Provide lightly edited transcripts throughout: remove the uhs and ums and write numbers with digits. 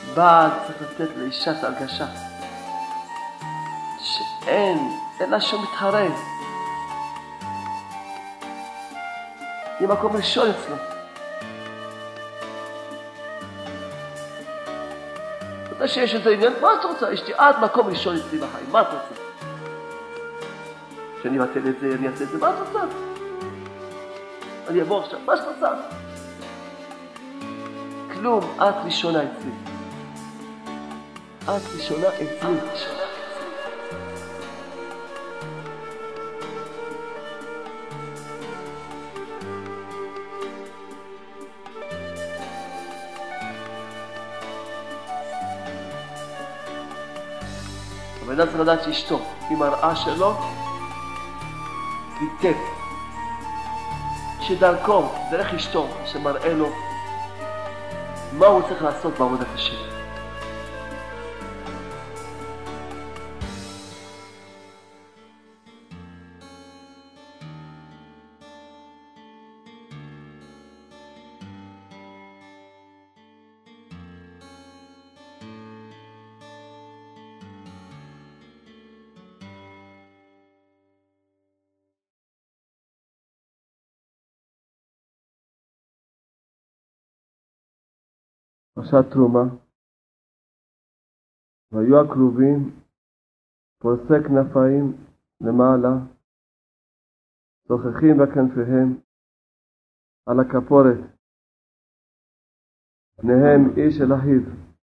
בעל צריך לתת לאישה את הרגשה שאין לה שום מתחרה. היא מקום ראשון אצלו. אתה שיש איזה עניין, מה את רוצה? אשתי, את מקום ראשון אצלי בחיים, מה את רוצה? שאני אבטל את זה, אני אעשה את זה, מה את רוצה? אני אבוא עכשיו, מה שאת רוצה? כלום, את ראשונה אצלי. את ראשונה אצלי. הבן אדם צריך לדעת שאשתו, היא מראה שלו, ליטט. שדרכו, דרך אשתו, שמראה לו מה הוא צריך לעשות בעבודת השם. פרשת תרומה. והיו הכרובים פורסי כנפיים למעלה, צוחחים בכנפיהם על הכפורת, פניהם איש אל אחיו.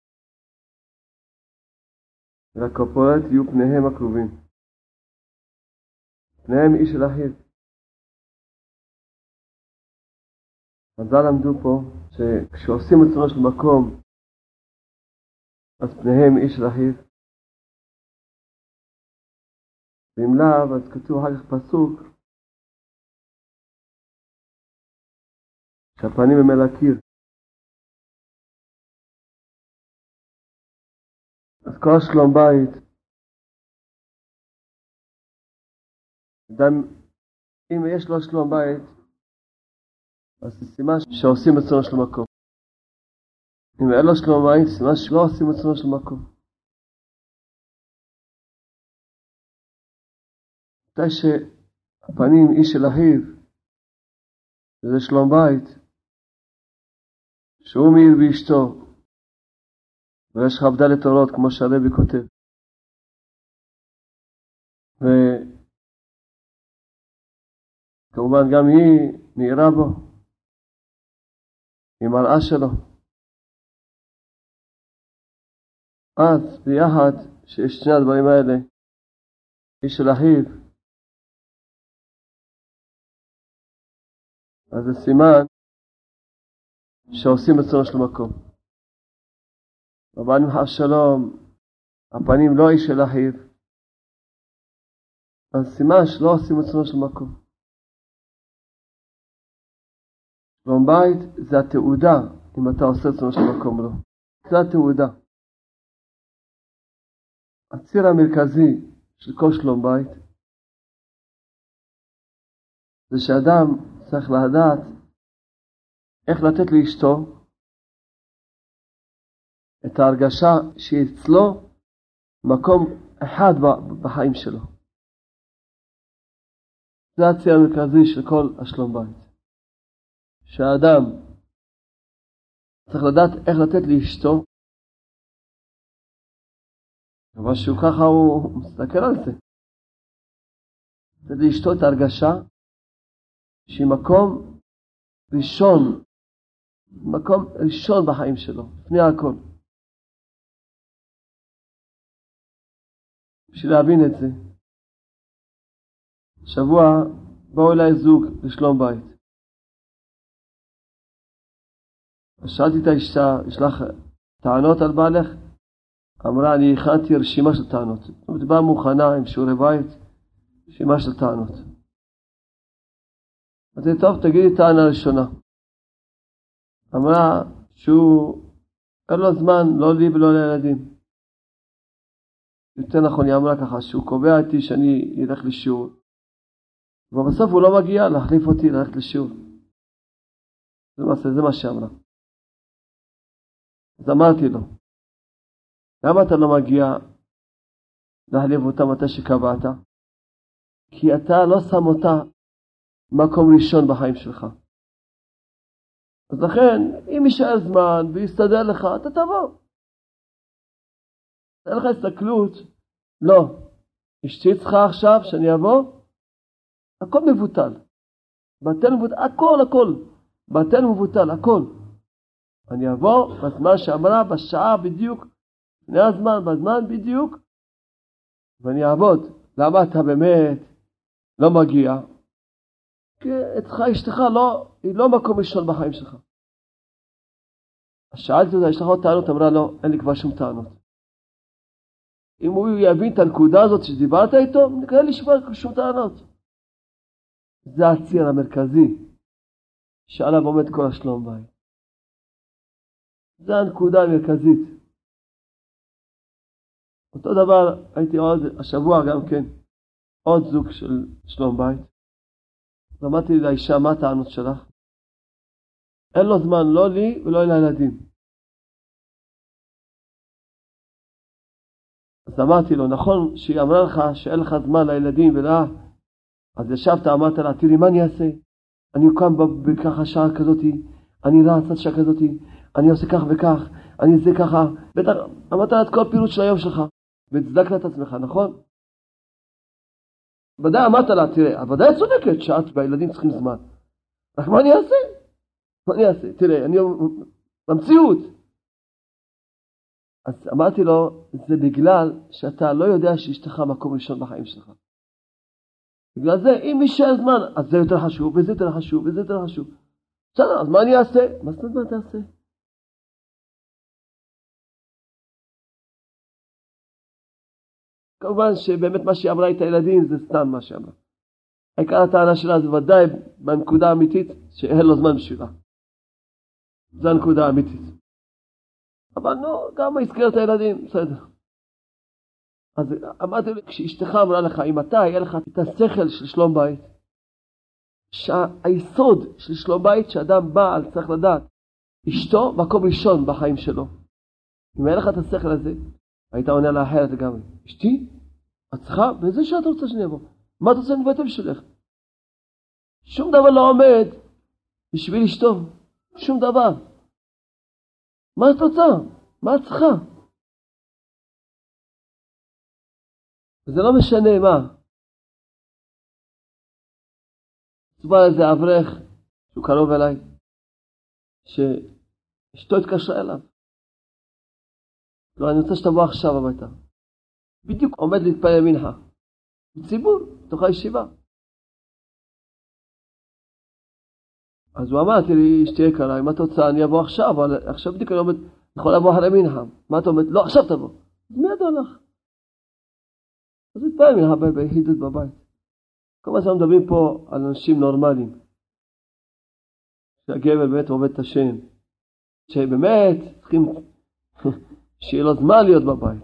והכפורת יהיו פניהם הכרובים, פניהם איש אל אחיו. חז"ל למדו פה שכשעושים רצונו של מקום, אז פניהם איש אל אחיו. ואם לאו, אז כתוב אחר כך פסוק שהפנים הם אל הקיר. אז כל שלום בית, אם יש לו שלום בית, אז זה סימן שעושים רצונו של מקום. אם אין לו שלום בית, סימן שלא עושים רצונו של מקום. מתי שהפנים איש אל אחיו, וזה שלום בית, שהוא מאיר באשתו, ויש כבדה לתורות, כמו שהרבי כותב. וכמובן גם היא מאירה בו, עם מראה שלו. אז ביחד שיש שני הדברים האלה, איש של אחיו, אז זה סימן שעושים רצונו של מקום. רבנו חס שלום, הפנים לא איש של אחיו, אז סימן שלא עושים רצונו של מקום. שלום בית זה התעודה, אם אתה עושה רצונו של מקום לא. זה התעודה. הציר המרכזי של כל שלום בית, זה שאדם צריך לדעת איך לתת לאשתו את ההרגשה שאצלו מקום אחד בחיים שלו. זה הציר המרכזי של כל השלום בית. שהאדם צריך לדעת איך לתת לאשתו, אבל שהוא ככה הוא מסתכל על זה. לתת לאשתו את ההרגשה שהיא מקום ראשון בחיים שלו, לפני הכל. בשביל להבין את זה, שבוע באו אליי זוג לשלום בית. שאלתי את האישה, יש לך טענות על בעלך? אמרה, אני הכנתי רשימה של טענות. באה מוכנה עם שיעורי בית, רשימה של טענות. אמרתי, טוב, תגידי טענה ראשונה. אמרה שהוא, אין לו זמן, לא לי ולא לילדים. יותר נכון, היא אמרה ככה, שהוא קובע איתי שאני אלך לשיעור. ובסוף הוא לא מגיע להחליף אותי ללכת לשיעור. זה מה שאמרה. אז אמרתי לו, למה אתה לא מגיע להחליף אותה מתי שקבעת? כי אתה לא שם אותה מקום ראשון בחיים שלך. אז לכן, אם יישאר זמן ויסתדר לך, אתה תבוא. אין לך הסתכלות, לא. אשתי צריכה עכשיו שאני אבוא, הכל מבוטל. בטל מבוטל, הכל. בטל מבוטל, הכל. אני אבוא בזמן שאמרה, בשעה בדיוק, לפני הזמן, בזמן בדיוק, ואני אעבוד. למה אתה באמת לא מגיע? כי אשתך היא לא מקום ראשון בחיים שלך. אז שאלתי אותה, יש לך עוד טענות? אמרה לא, אין לי כבר שום טענות. אם הוא יבין את הנקודה הזאת שדיברת איתו, אין לי שום טענות. זה הציר המרכזי שעליו עומד כל השלום בית. זה הנקודה המרכזית. אותו דבר הייתי עוד השבוע גם כן, עוד זוג של שלום בית. אמרתי לאישה, מה הטענות שלך? אין לו זמן, לא לי ולא לילדים. אז אמרתי לו, נכון שהיא אמרה לך שאין לך זמן לילדים ולה, אז ישבת, אמרת לה, תראי מה אני אעשה? אני קם בככה שעה כזאת, אני רץ עד שעה כזאת, אני עושה כך וכך, אני עושה ככה, בטח אמרת לה את כל פירוט של היום שלך, והצדקת את עצמך, נכון? ודאי אמרת לה, תראה, ודאי צודקת שאת והילדים צריכים זמן. רק מה אני אעשה? תראה, אני במציאות. אז אמרתי לו, זה בגלל שאתה לא יודע שאשתך מקום ראשון בחיים שלך. בגלל זה, אם יישאר זמן, אז זה יותר חשוב, וזה יותר חשוב, וזה יותר חשוב. בסדר, אז מה אני אעשה? מה זאת אומרת תעשה? כמובן שבאמת מה שהיא אמרה את הילדים זה סתם מה שאמרה. העיקר הטענה שלה זה ודאי בנקודה האמיתית שאין לו זמן בשבילה. זו הנקודה האמיתית. אבל נו, גם הזכיר את הילדים, בסדר. אז אמרתי לי, כשאשתך אמרה לך, אם אתה היה לך את השכל של שלום בית, שהיסוד של שלום בית שאדם בעל צריך לדעת, אשתו מקום ראשון בחיים שלו. אם היה לך את השכל הזה, היית עונה לה אחרת לגמרי. אשתי? את צריכה? וזה שאת רוצה שאני אבוא. מה אתה רוצה לבטל בשבילך? שום דבר לא עומד בשביל אשתו. שום דבר. מה את רוצה? מה את צריכה? וזה לא משנה מה. סובר איזה אברך שהוא קרוב אליי, שאשתו התקשרה אליו. לא, אני רוצה שתבוא עכשיו הביתה. בדיוק עומד להתפלל מנחה. בציבור, בתוך הישיבה. אז הוא אמר, תראי, אשתי יקרה, אם את רוצה, אני אבוא עכשיו, אבל עכשיו בדיוק אני עומד, יכול לבוא אחרי מנחה. מה את אומרת? לא, עכשיו תבוא. מי ידע לך? אז להתפלל מנחה ביחידות בבית. כל מה שאנחנו מדברים פה על אנשים נורמליים. שהגבר באמת עובד את השם. שבאמת צריכים שיהיה לו זמן להיות בבית.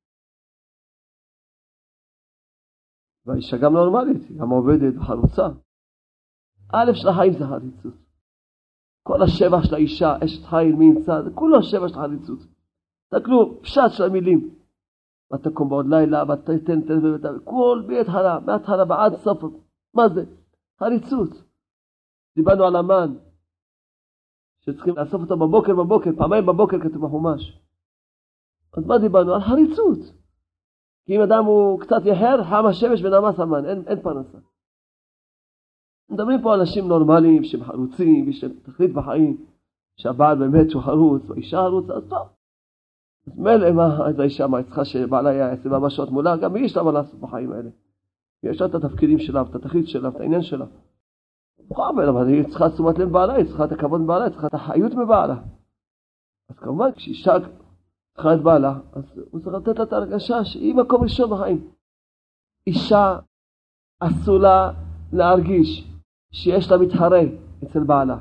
והאישה גם נורמלית, גם עובדת וחרוצה. א' של החיים זה חריצות. כל השבח של האישה, אשת חיל מי ימצא, זה כולו השבח של חריצות. תקלו, פשט של המילים. ותקום בעוד לילה, ותתן כל מהתחלה ועד סוף. מה זה? חריצות. דיברנו על המן, שצריכים לאסוף אותו בבוקר, פעמיים בבוקר כתוב בחומש. אז מה דיברנו? על חריצות. כי אם אדם הוא קצת יחר, חם השמש ונמס המן, אין פרנסה. מדברים פה על אנשים נורמליים שהם חרוצים, ושהם תכלית בחיים, שהבעל באמת שהוא חרוץ, והאישה חרוץ, אז טוב. אז מלא איזה אישה מה צריכה שבעלה היה 24 שעות מולה, גם היא יש לה מה לעשות בחיים האלה. יש לה את התפקידים שלה, את התכלית שלה, את העניין שלה. אבל היא צריכה תשומת לב בעלה, היא צריכה את הכבוד מבעלה, היא צריכה את החיות מבעלה. אז כמובן כשאישה צריכה את בעלה, אז הוא צריך לתת לה את הרגשה שהיא מקום ראשון בחיים. אישה אסור לה להרגיש שיש לה מתחרה אצל בעלה.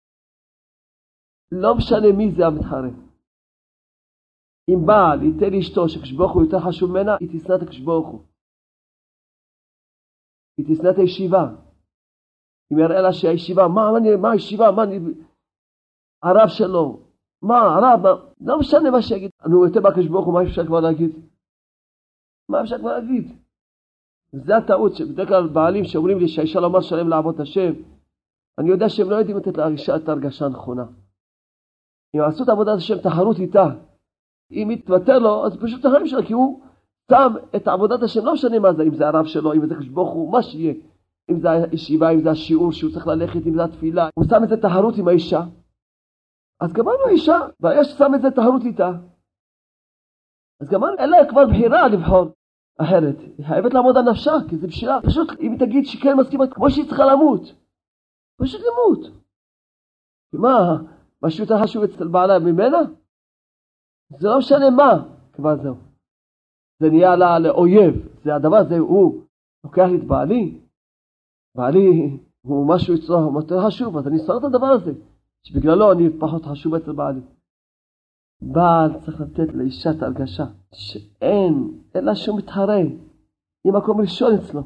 לא משנה מי זה המתחרה. אם בעל ייתן לאשתו שקשבוך הוא יותר חשוב ממנה, היא תשנא את הקשבוך הוא. היא תשנא את הישיבה. אם יראה לה שהישיבה, מה הישיבה, הרב שלו, מה, הרב, לא משנה מה שיגיד. נו, יותר בקש ברוך הוא, מה אפשר כבר להגיד? מה אפשר כבר להגיד? וזה הטעות, שבדרך כלל בעלים שאומרים לי שהאישה לא אמר שלם לעבוד את השם, אני יודע שהם לא יודעים לתת לאישה את ההרגשה הנכונה. אם עשו את עבודת השם, תחרות איתה. אם יתוותר לו, אז פשוט תחרים שלו, כי הוא שם את עבודת השם, לא משנה מה זה, אם זה הרב שלו, אם זה קדוש ברוך הוא, מה שיהיה. אם זה הישיבה, אם זה השיעור שהוא צריך ללכת, אם זה התפילה. הוא שם את זה תחרות עם האישה. אז גמרנו האישה, והאיש שם את זה תחרות איתה. אז גמרנו, אין לה כבר בחירה לבחור אחרת. היא חייבת לעמוד על נפשה, כי זה בשבילה. פשוט, אם היא תגיד שכן מסכימה, כמו שהיא צריכה למות. פשוט למות. מה שיותר חשוב אצל בעלה ממנה? זה לא משנה מה, כבר זהו. זה נהיה לה לאויב. זה הדבר הזה, הוא לוקח לי את בעלי. בעלי הוא משהו אצלו, הוא יותר חשוב, אז אני אסור את הדבר הזה. שבגללו אני פחות חשוב אצל בעלי. בעל צריך לתת לאישה את הרגשה שאין לה שום מתחרה. עם מקום ראשון אצלו.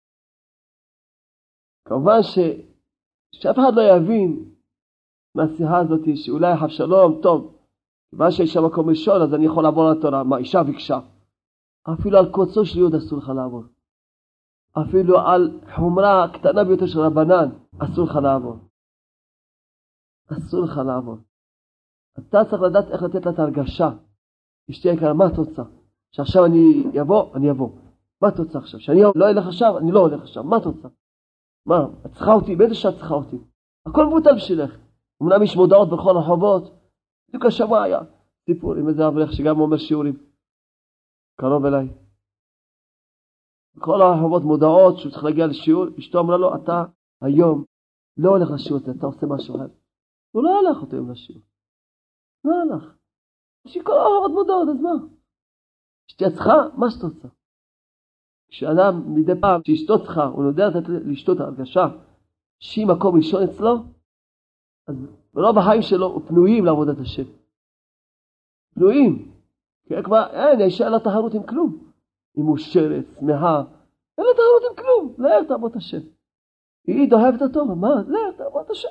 כמובן שאף אחד לא יבין מהשיחה הזאת שאולי אבשלום, טוב, כיוון שאישה מקום ראשון אז אני יכול לעבור לתורה. מה, אישה ביקשה. אפילו על קוצו של יהוד אסור לך לעבור. אפילו על חומרה קטנה ביותר של רבנן אסור לך לעבור. אסור לך לעבור. אתה צריך לדעת איך לתת לה את הרגשה. אשתי יקרה, מה את רוצה? שעכשיו אני אבוא. מה את רוצה עכשיו? שאני לא אלך עכשיו, אני לא הולך עכשיו. מה את רוצה? מה? את צריכה אותי? באיזה שאת צריכה אותי? הכל מבוטל בשבילך. אמנם יש מודעות בכל הרחובות. בדיוק השבוע היה סיפור עם איזה אברך שגם אומר שיעורים. קרוב אליי. בכל הרחובות מודעות שהוא צריך להגיע לשיעור. אשתו אמרה לו, אתה היום לא הולך לשיעור, אתה עושה משהו אחר. הוא לא הלך אותו היום לשיעור. לא הלך. שכל הרחובות מודעות, אז מה? אשתי צריכה, מה שאתה רוצה. כשאדם מדי פעם שאשתו צריכה, הוא יודע לתת לאשתו את ההרגשה שהיא מקום ראשון אצלו, אז לא בחיים שלו הוא פנויים לעבודת השם. פנויים. כי כבר אין, האישה אין לה תחרות עם כלום. היא מושרת, שמחה, אין לה תחרות עם כלום. לאר תעבוד השם. היא דוהבת אותו, מה? לאר תעבוד השם.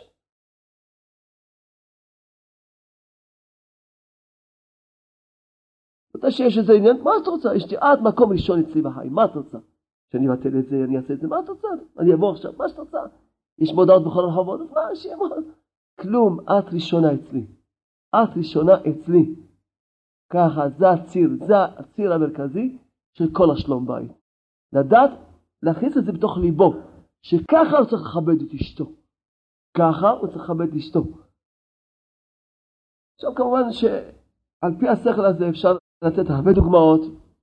אתה שיש איזה עניין, מה את רוצה? יש לי עד מקום ראשון אצלי בחיים, מה את רוצה? שאני אבטל את זה, אני אעשה את זה, מה את רוצה? אני אבוא עכשיו, מה שאת רוצה? יש מודעות בכל הרחובות, אז מה, שיהיה מודעות? כלום, את ראשונה אצלי. את ראשונה אצלי. ככה, זה הציר המרכזי של כל השלום בית. לדעת, להכניס את זה בתוך ליבו, שככה הוא צריך לכבד את אשתו. ככה הוא צריך לכבד את אשתו. עכשיו כמובן שעל פי השכל הזה אפשר לתת הרבה דוגמאות.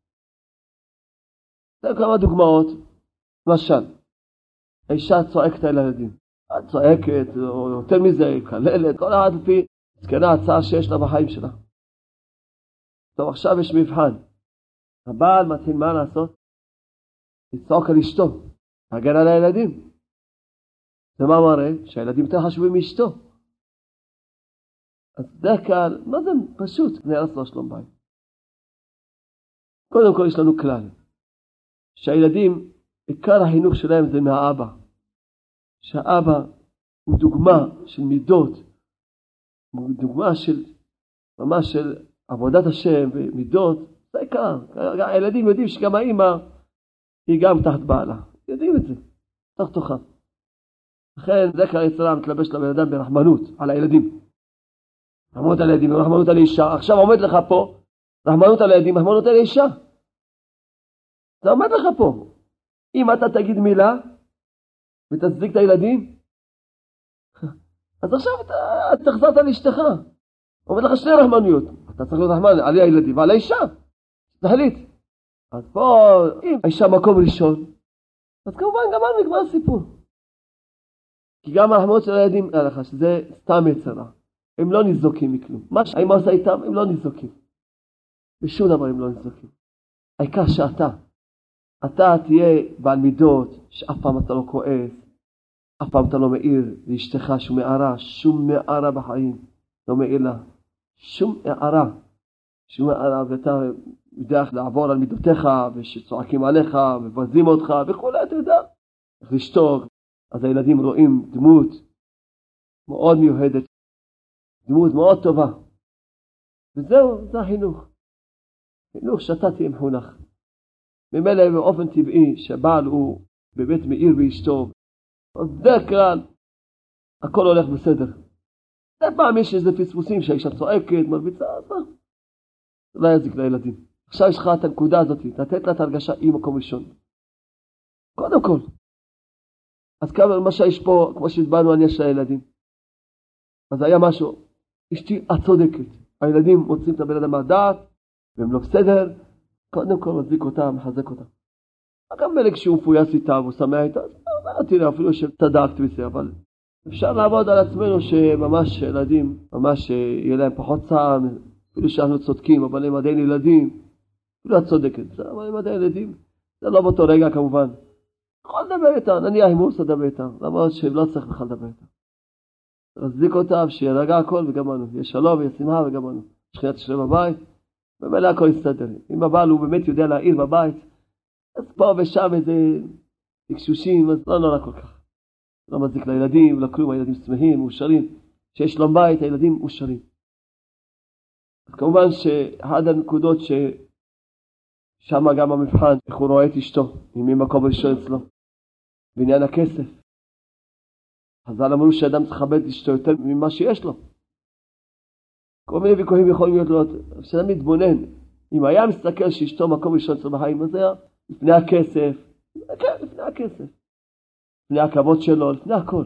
זה כמה דוגמאות. למשל, האישה צועקת על הילדים. את צועקת, או יותר מזה, כללת, כל אחד לפי זקנה הצעה שיש לה בחיים שלה. טוב, עכשיו יש מבחן. הבעל מתחיל מה לעשות? לצעוק על אשתו, להגן על הילדים. זה מה מראה? שהילדים יותר חשובים מאשתו. אז בדרך כלל, מה זה פשוט? נהרס לו שלום בית. קודם כל יש לנו כלל. שהילדים, עיקר החינוך שלהם זה מהאבא. שהאבא הוא דוגמה של מידות. הוא דוגמה של, ממש של עבודת השם ומידות. זה עיקר. הילדים יודעים שגם האמא היא גם תחת בעלה. יודעים את זה. תחת תוכה. לכן זה כלל יצרה מתלבש לבן אדם ברחמנות על הילדים. רחמנות על הילדים, רחמנות על האישה. עכשיו עומד לך פה, רחמנות על הילדים, רחמנות על האישה. זה עומד לך פה. אם אתה תגיד מילה, ותצדיק את הילדים, אז עכשיו אתה תחזרת לאשתך. עומד לך שני רחמנויות. אתה צריך להיות רחמן על הילדים ועל האישה. תחליט. אז פה, אם האישה מקום ראשון, אז כמובן גם אני נגמר הסיפור. כי גם הרחמנות של הילדים, שזה סתם יצרה. הם לא נזוקים מכלום. מה שהאמא עושה איתם, הם לא נזוקים. בשום דבר הם לא נזוקים. העיקר אתה תהיה בעל מידות, שאף פעם אתה לא כועס, אף פעם אתה לא מאיר לאשתך שום מערה בחיים. לא מאיר לה. שום הערה, ואתה יודע איך לעבור על מידותיך, ושצועקים עליך, ובזים אותך, וכולי, אתה יודע. איך לשתוק. אז הילדים רואים דמות מאוד מיוחדת. דמות מאוד טובה. וזהו, זה החינוך. חינוך שאתה תהיה מחונך. ממילא באופן טבעי שהבעל הוא באמת מאיר ואשתו, בדרך כלל הכל הולך בסדר. זה פעם יש איזה פספוסים שהאישה צועקת, מרביצה, אז מה? לא יזיק לילדים. עכשיו יש לך את הנקודה הזאת, לתת לה את הרגשה עם מקום ראשון. קודם כל. אז כמה מה שיש פה, כמו שהסברנו, אני יש לילדים. אז היה משהו, אשתי הצודקת. הילדים מוצאים את הבן אדם מהדעת, והם לא בסדר, קודם כל מזיק אותם, מחזק אותם. גם מלך שהוא מפויס איתה, והוא שמח איתה, אז תראה, אפילו שתדקת בזה, אבל אפשר לעבוד על עצמנו שממש ילדים, ממש יהיה להם פחות צער, אפילו שאנחנו צודקים, אבל הם עדיין ילדים, אפילו את צודקת, אבל הם עדיין ילדים, זה לא באותו רגע כמובן. יכול לדבר איתם, נניח אם הוא עושה לדבר איתם, למרות שהם לא צריך בכלל לדבר איתם. להזיק אותם, שירגע הכל וגמרנו, יש שלום ויש שמחה וגמרנו. שכינת שלם בבית, ומלא הכל יסתדר. אם הבעל הוא באמת יודע להעיר בבית, אז פה ושם איזה תקשושים, אז לא נורא כל כך. לא מזיק לילדים, לא כלום, הילדים שמחים, מאושרים. שיש שלום בית, הילדים מאושרים. אז כמובן שאחד הנקודות ששם גם המבחן, איך הוא רואה את אשתו, אם היא מקום ראשון אצלו, בעניין הכסף. חז"ל אמרו שאדם צריך לכבד את אשתו יותר ממה שיש לו. כל מיני ויכוחים יכולים להיות לו, שאדם מתבונן, אם היה מסתכל שאשתו מקום ראשון אצלו בחיים, אז זה היה לפני הכסף, כן, לפני הכסף, לפני הכבוד שלו, לפני הכל.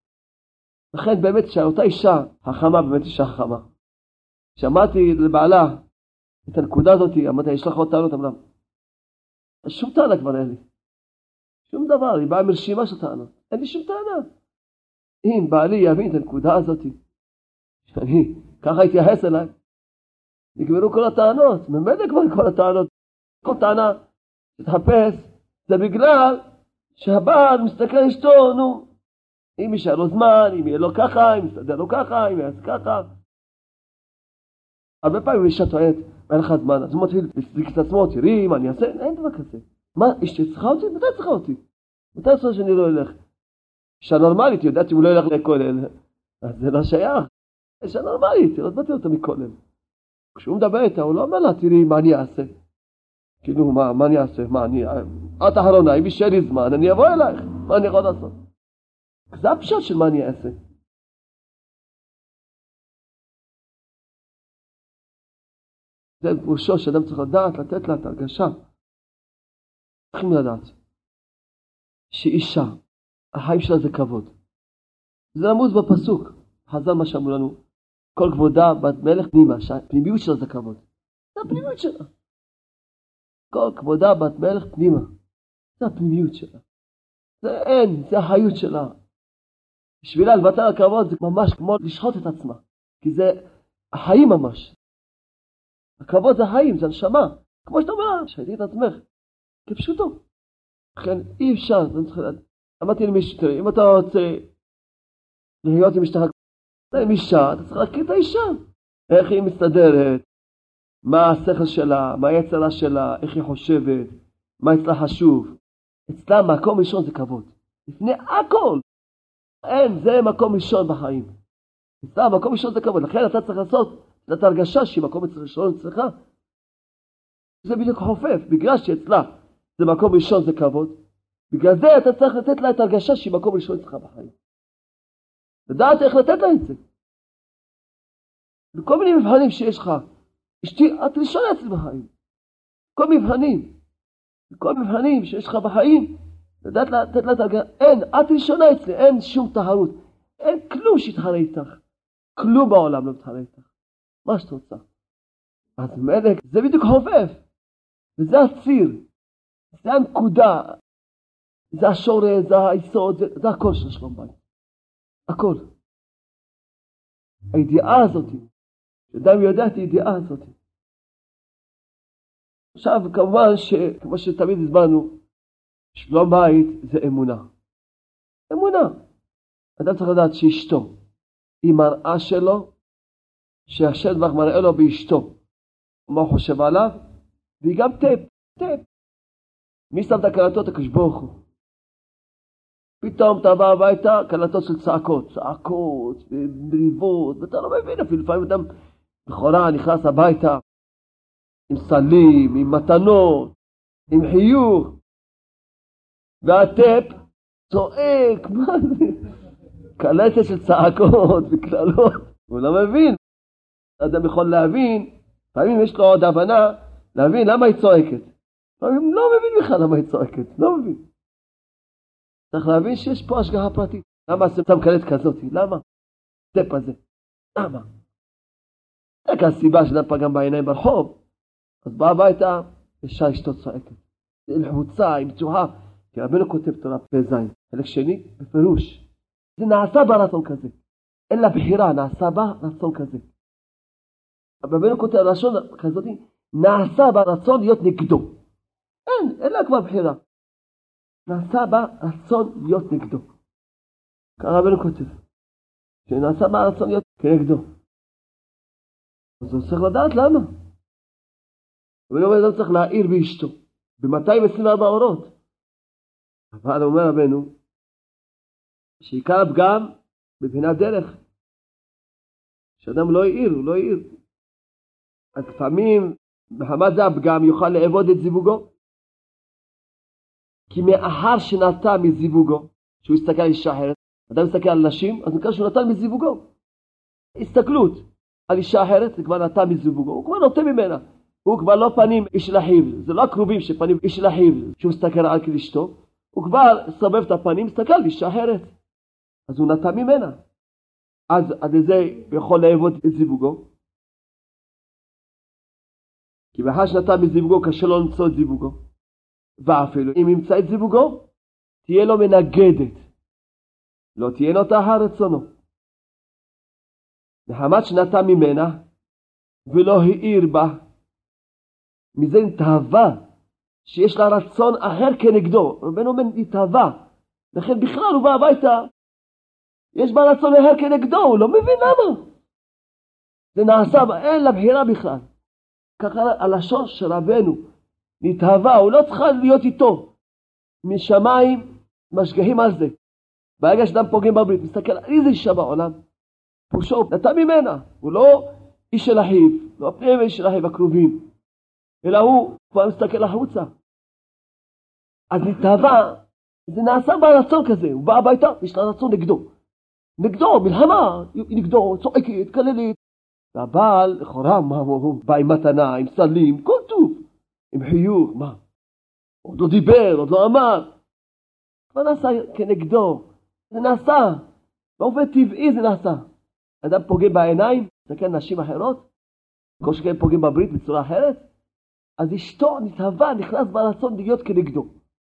לכן באמת שאותה אישה חכמה, באמת אישה חכמה. שמעתי לבעלה את הנקודה הזאת, אמרתי, יש לך עוד טענות, אמרה, שום טענה כבר אין לי. שום דבר, היא באה מרשימה של טענות. אין לי שום טענה. אם בעלי יבין את הנקודה הזאת, שאני ככה התייחס אליי, נגמרו כל הטענות, ממילא כבר כל הטענות. כל טענה שתחפש, זה בגלל שהבעל מסתכל על אשתו, נו, אם יישאר לו זמן, אם יהיה לו ככה, אם יסתדר לו ככה, אם יעשה ככה. הרבה פעמים אישה טוענת, אין לך זמן, אז הוא מתחיל להצדיק את עצמו, תראי מה אני אעשה, אין דבר כזה. מה, אשתי צריכה אותי? מתי צריכה אותי? מתי צריכה שאני לא אלך? אישה נורמלית, יודעת אם הוא לא ילך לכולל, אז זה לא שייך. אישה נורמלית, לא תבטא אותה מכולל. כשהוא מדבר איתה, הוא לא אומר לה, תראי מה אני אעשה. כאילו, מה אני אעשה? את האחרונה, אם יישאר לי זמן, אני אבוא אלייך. מה אני יכול לעשות? זה הפשט של מה אני אעשה. זה פירושו שאדם צריך לדעת, לתת לה את הרגשה. צריכים לדעת שאישה, החיים שלה זה כבוד. זה רמוז בפסוק, חז"ל מה שאמרו לנו, כל כבודה בת מלך פנימה, שהפנימיות שלה זה כבוד. זה הפנימיות שלה. כל כבודה בת מלך פנימה, זה הפנימיות שלה. זה אין, זה החיות שלה. בשבילה לוותר על כבוד זה ממש כמו לשחוט את עצמה, כי זה החיים ממש. הכבוד זה החיים, זה הנשמה. כמו שאתה אומר, שהייתי את עצמך, כפשוטו. לכן אי אפשר, אמרתי למישהו, תראה, אם אתה רוצה להיות עם אשתך, עם אישה, אתה צריך להכיר את האישה. איך היא מסתדרת, מה השכל שלה, מה היצרה שלה, איך היא חושבת, מה אצלה חשוב. אצלה מקום ראשון זה כבוד. לפני הכל. אין, זה מקום ראשון בחיים. אצלה מקום ראשון זה כבוד. לכן אתה צריך לעשות את הרגשה שהיא מקום ראשון אצלך. זה בדיוק חופף. בגלל שאצלה זה מקום ראשון זה כבוד. בגלל זה אתה צריך לתת לה את הרגשה שהיא מקום ראשון אצלך בחיים. לדעת איך לתת לה את זה. בכל מיני מבחנים שיש לך. אשתי, את ראשונה אצלי בחיים. כל מבחנים שיש לך בחיים, לדעת לתת לה את הרגשה. אין, את ראשונה אצלי, אין שום תחרות. אין כלום שיתחרה איתך. כלום בעולם לא מתחרה איתך. מה שאת רוצה. אז מלך, זה בדיוק חופף. וזה הציר. זה הנקודה. זה השורש, זה היסוד, זה הכל של שלום בית. הכל. הידיעה הזאת. אדם יודע את הידיעה הזאת. עכשיו, כמובן כמו שתמיד הסברנו, שלום בית זה אמונה. אמונה. אדם צריך לדעת שאשתו היא מראה שלו, שהשם דבר מראה לו באשתו. מה הוא חושב עליו? והיא גם טפ. מי שם את הקלטות? הקדוש ברוך הוא. פתאום אתה בא הביתה, קלטות של צעקות, ומריבות, ואתה לא מבין אפילו, לפעמים אדם לכאורה נכנס הביתה עם סלים, עם מתנות, עם חיוך, והטפ צועק, מה זה? קלטת של צעקות וכללות, הוא לא מבין. אדם יכול להבין, לפעמים יש לו עוד הבנה, להבין למה היא צועקת. לפעמים לא מבין בכלל למה היא צועקת, לא מבין. צריך להבין שיש פה השגחה פרטית. למה אתה מקלט כזאת? למה? טפ הזה. למה? רק הסיבה שאדם פגם בעיניים ברחוב, אז בא הביתה, ישר אשתו צועקת. לחוצה, עם צוחה, כי רבנו כותב תורה פזין. חלק שני, בפירוש. זה נעשה ברצון כזה. אין לה בחירה, נעשה ברצון כזה. רבנו כותב לשון כזאת, נעשה ברצון להיות נגדו. אין לה כבר בחירה. נעשה ברצון להיות נגדו. כך רבנו כותב. שנעשה ברצון להיות כנגדו. אז הוא צריך לדעת למה. רבנו אומר, אדם צריך להעיר באשתו. ב-224 אורות. אבל אומר רבנו, שעיקר הפגם מבחינת דרך. שאדם לא העיר, הוא לא העיר. אז לפעמים, מחמת זה הפגם יוכל לעבוד את זיווגו. כי מאחר שנטע מזיווגו, שהוא יסתכל על אישה אחרת, אדם יסתכל על נשים, אז נקרא שהוא נטע מזיווגו. הסתכלות על אישה אחרת, זה כבר נטע מזיווגו, הוא כבר נוטה ממנה. הוא כבר לא פנים איש לחיב, זה לא הקרובים שפנים איש לחיב, שהוא מסתכל על אשתו, הוא כבר סובב את הפנים, מסתכל על אישה אחרת. אז הוא נטע ממנה. אז עד זה הוא יכול לעבוד את זיווגו. כי מאחר שנטע מזיווגו, קשה לו למצוא את זיווגו. ואפילו אם ימצא את זיווגו, תהיה לו מנגדת. לא תהיה נוטה רצונו. מחמת שנטע ממנה, ולא העיר בה, מזה נתאהבה, שיש לה רצון אחר כנגדו. רבנו אומר, נתאהבה. לכן בכלל הוא בא הביתה, יש בה רצון אחר כנגדו, הוא לא מבין למה. זה נעשה, אין לה בחירה בכלל. ככה הלשון של רבנו, נתאהבה, הוא לא צריכה להיות איתו. משמיים משגחים על זה. ברגע שאדם פוגם בברית, מסתכל, איזה אישה בעולם? פושו, נטע ממנה. הוא לא איש של אחיו, לא פנים איש של אחיו הקרובים. אלא הוא כבר מסתכל החוצה. אז נתאהבה, זה נעשה ברצון כזה. הוא בא הביתה, יש לה רצון נגדו. נגדו, מלחמה, נגדו, צועקת, כללית. והבעל, לכאורה, מה הוא? בא עם מתנה, עם סלים, כל טוב. עם חיוך, מה? עוד לא דיבר, עוד לא אמר. מה נעשה כנגדו? זה נעשה. באופן טבעי זה נעשה. אדם פוגם בעיניים, זה כן נשים אחרות, כל שכן פוגם בברית בצורה אחרת, אז אשתו נתאהבה, נכנס ברצון להיות כנגדו.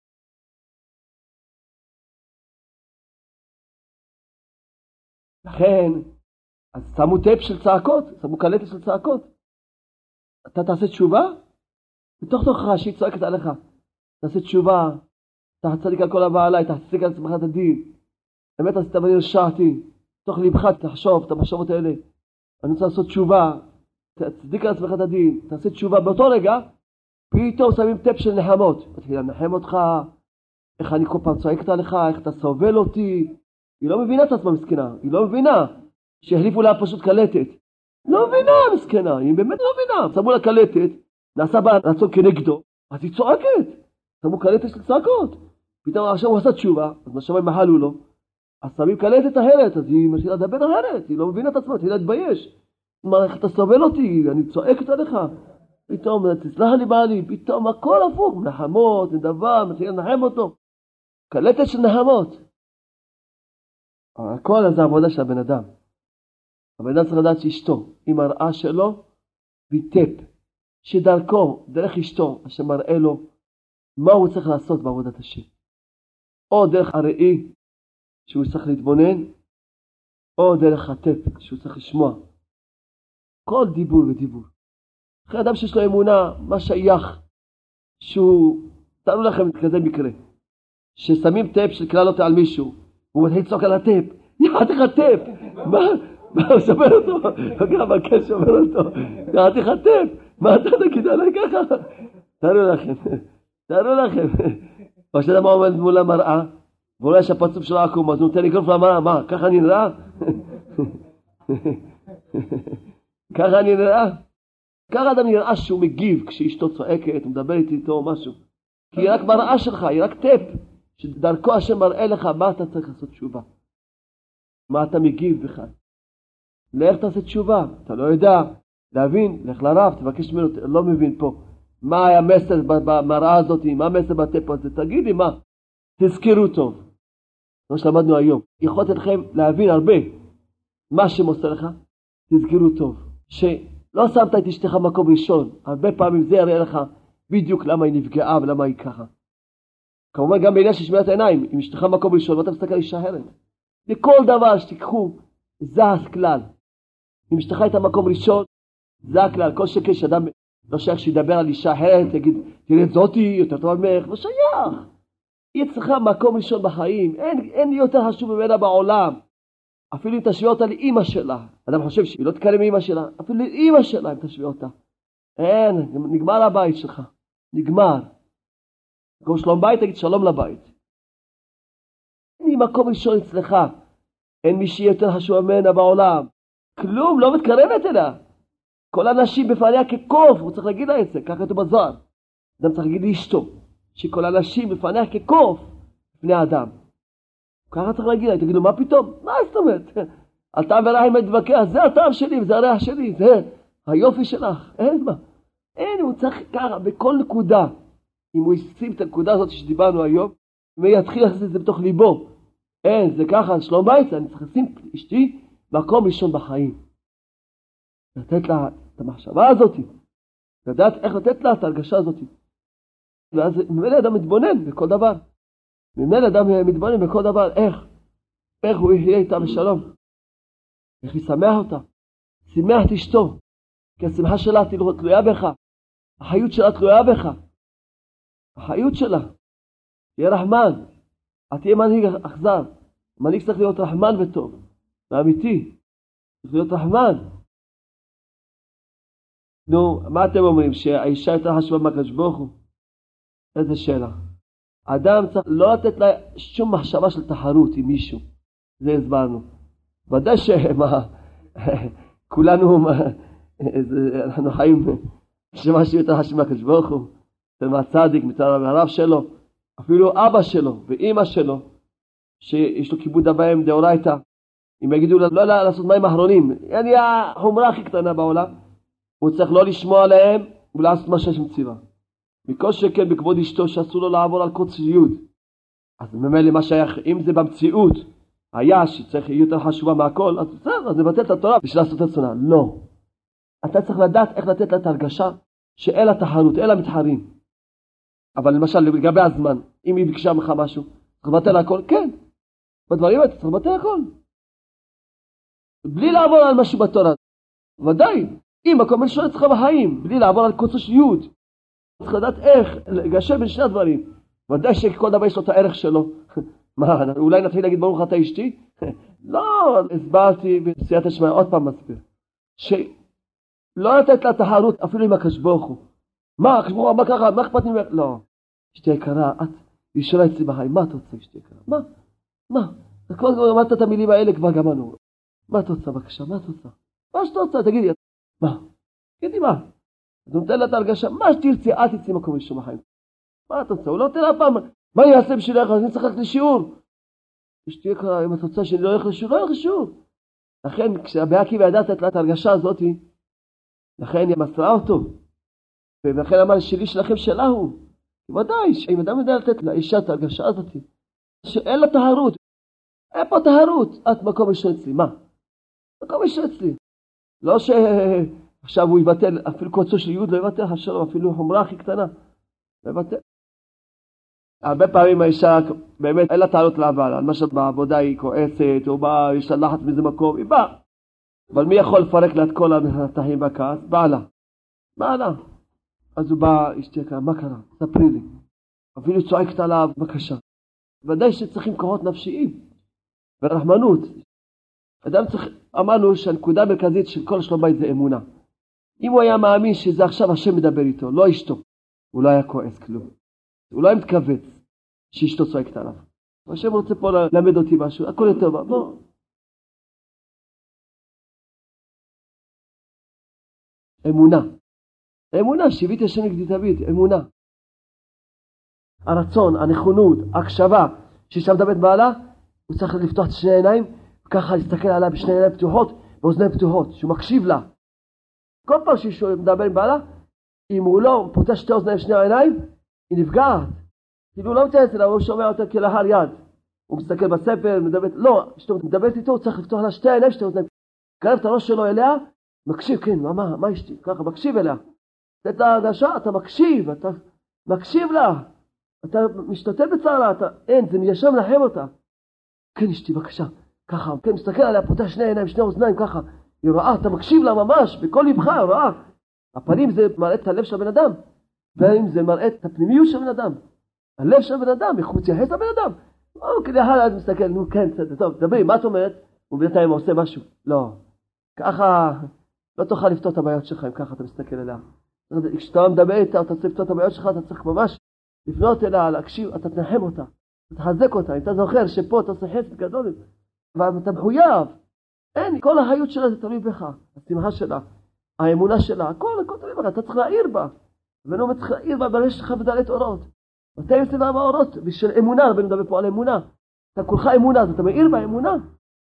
לכן, אז שמו טייפ של צעקות, שמו קלטת של צעקות. אתה תעשה תשובה? בתוך תוכך שהיא צועקת עליך. תעשה תשובה, תחצדיק על כל הבעלי, תחצדיק על עצמך את הדין. באמת עשית ואני הרשעתי. תוך לבך תחשוב את המחשבות האלה. אני רוצה לעשות תשובה, תצדיק על עצמך את הדין, תעשה תשובה. באותו רגע, פתאום שמים טייפ של נחמות. מתחילה לנחם אותך, איך אני כל פעם צועקת עליך, איך אתה סובל אותי. היא לא מבינה את עצמה מסכנה, היא לא מבינה שהחליפו לה פשוט קלטת. לא מבינה מסכנה, היא באמת לא מבינה. שמו לה קלטת, נעשה בה רצון כנגדו, אז היא צועקת. שמו קלטת של צעקות. פתאום עכשיו הוא עשה תשובה, אז השמיים מחלו לו. אז שמים קלטת אחרת, אז היא מתחילה לדבר אחרת, היא לא מבינה את עצמה, תתחילה להתבייש. מה, איך אתה סובל אותי, אני צועקת עליך. פתאום, תסלח לי בעלי, פתאום הכל הפוך, נחמות, נדבה, מתחילה לנחם אותו. קלטת של נחמות. הכל זה העבודה של הבן אדם. הבן אדם צריך לדעת שאשתו, היא מראה שלו, ויטפ, שדרכו, דרך אשתו, אשר מראה לו, מה הוא צריך לעשות בעבודת השם. או דרך הראי, שהוא צריך להתבונן, או דרך הטפ, שהוא צריך לשמוע. כל דיבור ודיבור. אחרי אדם שיש לו אמונה, מה שייך, שהוא, תראו לכם כזה מקרה, ששמים טפ של כללות על מישהו, הוא מתחיל לצעוק על הטפ, יחתיך הטפ, מה הוא שומר אותו? גם הקל שומר אותו, יחתיך הטפ, מה אתה תגיד עליי ככה? תארו לכם, או שאתה מה עומד מול המראה, ואולי שהפרצוף שלו עקום, אז הוא נותן לגרוף למראה, מה, ככה אני נראה? ככה אני נראה. ככה אדם נראה שהוא מגיב כשאשתו צועקת, מדבר איתו או משהו. כי היא רק מראה שלך, היא רק טפ, שדרכו השם מראה לך מה אתה צריך לעשות תשובה. מה אתה מגיב בכלל. לאיך תעשה תשובה? אתה לא יודע. להבין, לך לרב, תבקש ממנו, לא מבין פה. מה היה מסר במראה הזאת, מה המסר בטפ הזה? תגידי מה. תזכרו טוב. כמו שלמדנו היום. יכול לתת לכם להבין הרבה. מה שמוסר לך, תזכרו טוב. שלא שמת את אשתך מקום ראשון. הרבה פעמים זה יראה לך בדיוק למה היא נפגעה ולמה היא ככה. כמובן גם בעניין של שמיעת העיניים. אם אשתך מקום ראשון, ואתה מסתכל על אישה אחרת. לכל דבר שתיקחו, זה הכלל. אם אשתך את המקום ראשון, זה הכלל. כל שקל שאדם לא שייך שידבר על אישה אחרת, יגיד, תראה זאתי, יותר טוב ממך, לא שייך. היא צריכה מקום ראשון בחיים. אין יותר חשוב ממנה בעולם. אפילו אם תשווה אותה לאמא שלה. אדם חושב שהיא לא תקרא מאמא שלה. אפילו לאמא שלה אם תשווה אותה. אין, נגמר הבית שלך. נגמר. במקום שלום בית, תגיד שלום לבית. אין לי מקום ראשון אצלך. אין מי שיהיה יותר חשוב ממנה בעולם. כלום, לא מתקרבת אליה. כל האנשים בפניה כקוף, הוא צריך להגיד לה את זה, ככה כתוב בזוהר. אדם צריך להגיד לאשתו, שכל האנשים בפניה כקוף, בפני האדם. ככה צריך להגיד לה, תגידו, מה פתאום? מה זאת אומרת? על טעם ורעי מתווכח, זה הטעם שלי וזה הריח שלי, זה היופי שלך, אין מה. אין, הוא צריך ככה, בכל נקודה. אם הוא ישים את הנקודה הזאת שדיברנו היום, ויתחיל לעשות את זה בתוך ליבו. אין, זה ככה, שלום בית, אני צריך לשים אשתי מקום ראשון בחיים. לתת לה את המחשבה הזאת, לדעת איך לתת לה את ההרגשה הזאת. ואז ממילא אדם מתבונן בכל דבר. ממילא אדם מתבונן בכל דבר, איך הוא יהיה איתה בשלום. איך ישמח אותה. שימח את אשתו. כי השמחה שלה תלויה בך. החיות שלה תלויה בך. החיות שלה. תהיה רחמן. את תהיה מנהיג אכזר. מנהיג צריך להיות רחמן וטוב. ואמיתי. צריך להיות רחמן. נו, מה אתם אומרים? שהאישה יותר חשובה מהקדוש ברוך הוא? איזה שאלה. אדם צריך לא לתת לה שום מחשבה של תחרות עם מישהו. זה הסברנו. ודאי שמה, כולנו, אנחנו חיים שמשהו יותר חשוב מהקדוש ברוך הוא. זה מהצדיק, מצד הרב שלו, אפילו אבא שלו ואמא שלו, שיש לו כיבוד אב ואם דאורייתא. אם יגידו לו לא לעשות מים אחרונים, אני החומרה הכי קטנה בעולם. הוא צריך לא לשמוע עליהם ולעשות מה שיש מציבה. מכל שכן בכבוד אשתו שאסור לו לעבור על קוצר יוד. אז ממילא מה שייך, אם זה במציאות, היה שצריך להיות יותר חשובה מהכל, אז בסדר, אז נבטל את התורה בשביל לעשות את הצונה. לא. אתה צריך לדעת איך לתת לה את הרגשה שאין לה תחרות, אין לה מתחרים. אבל למשל לגבי הזמן, אם היא ביקשה ממך משהו, צריך לבטל הכל? כן. בדברים האלה צריך לבטל הכל. בלי לעבור על משהו בתורה. ודאי. אם מקום ראשון אצלך בחיים, בלי לעבור על קוצר של יוד. צריך לדעת איך לגשר בין שני הדברים. ודאי שכל דבר יש לו את הערך שלו. מה, אולי נתחיל להגיד ברוך אתה אשתי? לא, הסברתי בסייעתא שמיא, עוד פעם מסביר. שלא לתת לה תחרות אפילו עם הקדוש ברוך הוא. מה, הקדוש ברוך הוא אמר ככה, מה אכפת ממך? לא. אשתי יקרה, את ישרה אצלי בחיים, מה אתה רוצה אשתי יקרה? מה? כבר אמרת את המילים האלה כבר גמרנו. מה אתה רוצה בבקשה? מה אתה רוצה? מה שאתה רוצה, תגידי. מה? תגידי מה? אז הוא נותן לה את הרגשה, מה שתרצי, אל תצאי מקום ראשון בחיים. מה אתה רוצה? הוא לא נותן לה פעם, מה אני אעשה בשבילך? אני צריך ללכת לשיעור. אשתי יקרה, אם את רוצה שאני לא הולך לשיעור, לא הולך לשיעור. לכן, כשהרבי עקיבא ידע לתת לה את הרגשה הזאת, לכן היא מסרה אותו. ולכן אמר, שלי שלכם שלה הוא. ודאי, שאם אדם יודע לתת לאישה את הרגשה הזאת, שאין לה תחרות. אין פה תחרות. את מקום ראשון אצלי, מה? מקום ראשון אצלי. לא שעכשיו הוא יבטל, אפילו קוצו של יהוד לא יבטל, השלום, אפילו חומרה הכי קטנה. לא יבטל. הרבה פעמים האישה באמת אין לה טענות לעבוד, על מה שבעבודה היא כועסת, או באה, יש לה לחץ מאיזה מקום, היא באה. אבל מי יכול לפרק לה את כל התאים בכעס? בעלה. אז הוא בא, אשתי יקרה, מה קרה? ספרי לי. אפילו צועקת עליו, בבקשה. ודאי שצריכים כוחות נפשיים, ורחמנות. אדם צריך, אמרנו שהנקודה המרכזית של כל שלום בית זה אמונה. אם הוא היה מאמין שזה עכשיו השם מדבר איתו, לא אשתו, הוא לא היה כועס כלום. הוא לא היה מתכווץ שאשתו צועקת עליו. השם רוצה פה ללמד אותי משהו, הכל יותר בא, בוא. אמונה. אמונה, שיבית השם נגדי תביט, אמונה. הרצון, הנכונות, הקשבה, שאישה מדברת בעלה, הוא צריך לפתוח את שני העיניים, וככה להסתכל עליה בשני עיניים פתוחות, באוזניים פתוחות, שהוא מקשיב לה. כל פעם שהיא מדבר עם בעלה, אם הוא לא פותח שתי אוזניים שני העיניים, היא נפגעת. כאילו הוא לא מתייעץ אליה, הוא שומע אותה כלהר יד. הוא מסתכל בספר, מדבר, לא, כשאתה מדברת איתו, הוא צריך לפתוח לה שתי העיניים, שתי אוזניים. קרב את הראש שלו אליה, מקשיב, כן, מה אשתי? ככה, מקשיב אליה. את ההרגשה, אתה מקשיב לה. אתה משתתף בצער לה, אין, זה ישר מנחם אותה. כן, אשתי, בבקשה. ככה, כן, מסתכל עליה, פותח שני עיניים, שני אוזניים, ככה. היא רואה, אתה מקשיב לה ממש, בכל לבך, היא רואה. הפנים זה מראה את הלב של הבן אדם, והאם זה מראה את הפנימיות של הבן אדם. הלב של הבן אדם, איך הוא מתייחס לבן אדם. כדי אז מסתכל, נו כן, טוב, דברי, מה את אומרת? הוא בינתיים עושה משהו. לא. ככה, לא תוכל לפתור את הבעיות שלך, אם ככה אתה מסתכל אליה. כשאתה מדבר איתה, אתה צריך לפתור את הבעיות שלך, אתה צריך ממש לפנות אליה, להקשיב, אתה תנחם אותה, אתה תחזק אותה. אם אתה זוכר שפה אתה עושה חסד גדול, ואתה מחויב. אין, כל החיות שלה זה תלוי בך, השמחה שלה, האמונה שלה, הכל תלוי בך, אתה צריך להעיר בה. ולא צריך להעיר בה ברשת שלך בדלת אורות. אתה יוצא בה באורות, בשביל אמונה, רבנו מדבר פה על אמונה. אתה כולך אמונה, אז אתה מעיר בה אמונה.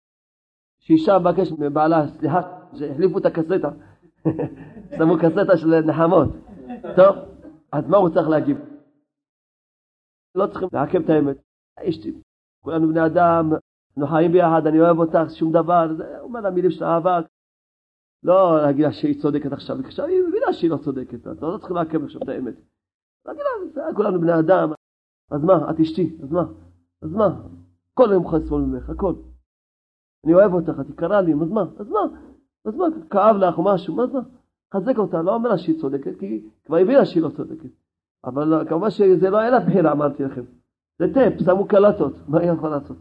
שאישה מבקש מבעלה, סליחה, שהחליפו את הקסטה. שמו קסטה של נחמות. טוב, אז מה הוא צריך להגיב? לא צריכים להעקב את האמת. אשתי, כולנו בני אדם, אנחנו חיים ביחד, אני אוהב אותך, שום דבר. זה אומר לה מילים של אהבה. לא להגיד לה שהיא צודקת עכשיו, היא מבינה שהיא לא צודקת. אתה לא צריך להעקב עכשיו את האמת. להגיד לה, כולנו בני אדם. אז מה, את אשתי, אז מה? הכל אני מוכן לסבול ממך, הכל. אני אוהב אותך, את יקרה לי, אז מה, כאב לך או משהו, מה? חזק אותה, לא אומר לה שהיא צודקת, כי כבר הבינה שהיא לא צודקת. אבל כמובן שזה לא היה לה בחירה, אמרתי לכם. זה טפ, שמו קלטות, מה היא יכולה לעשות?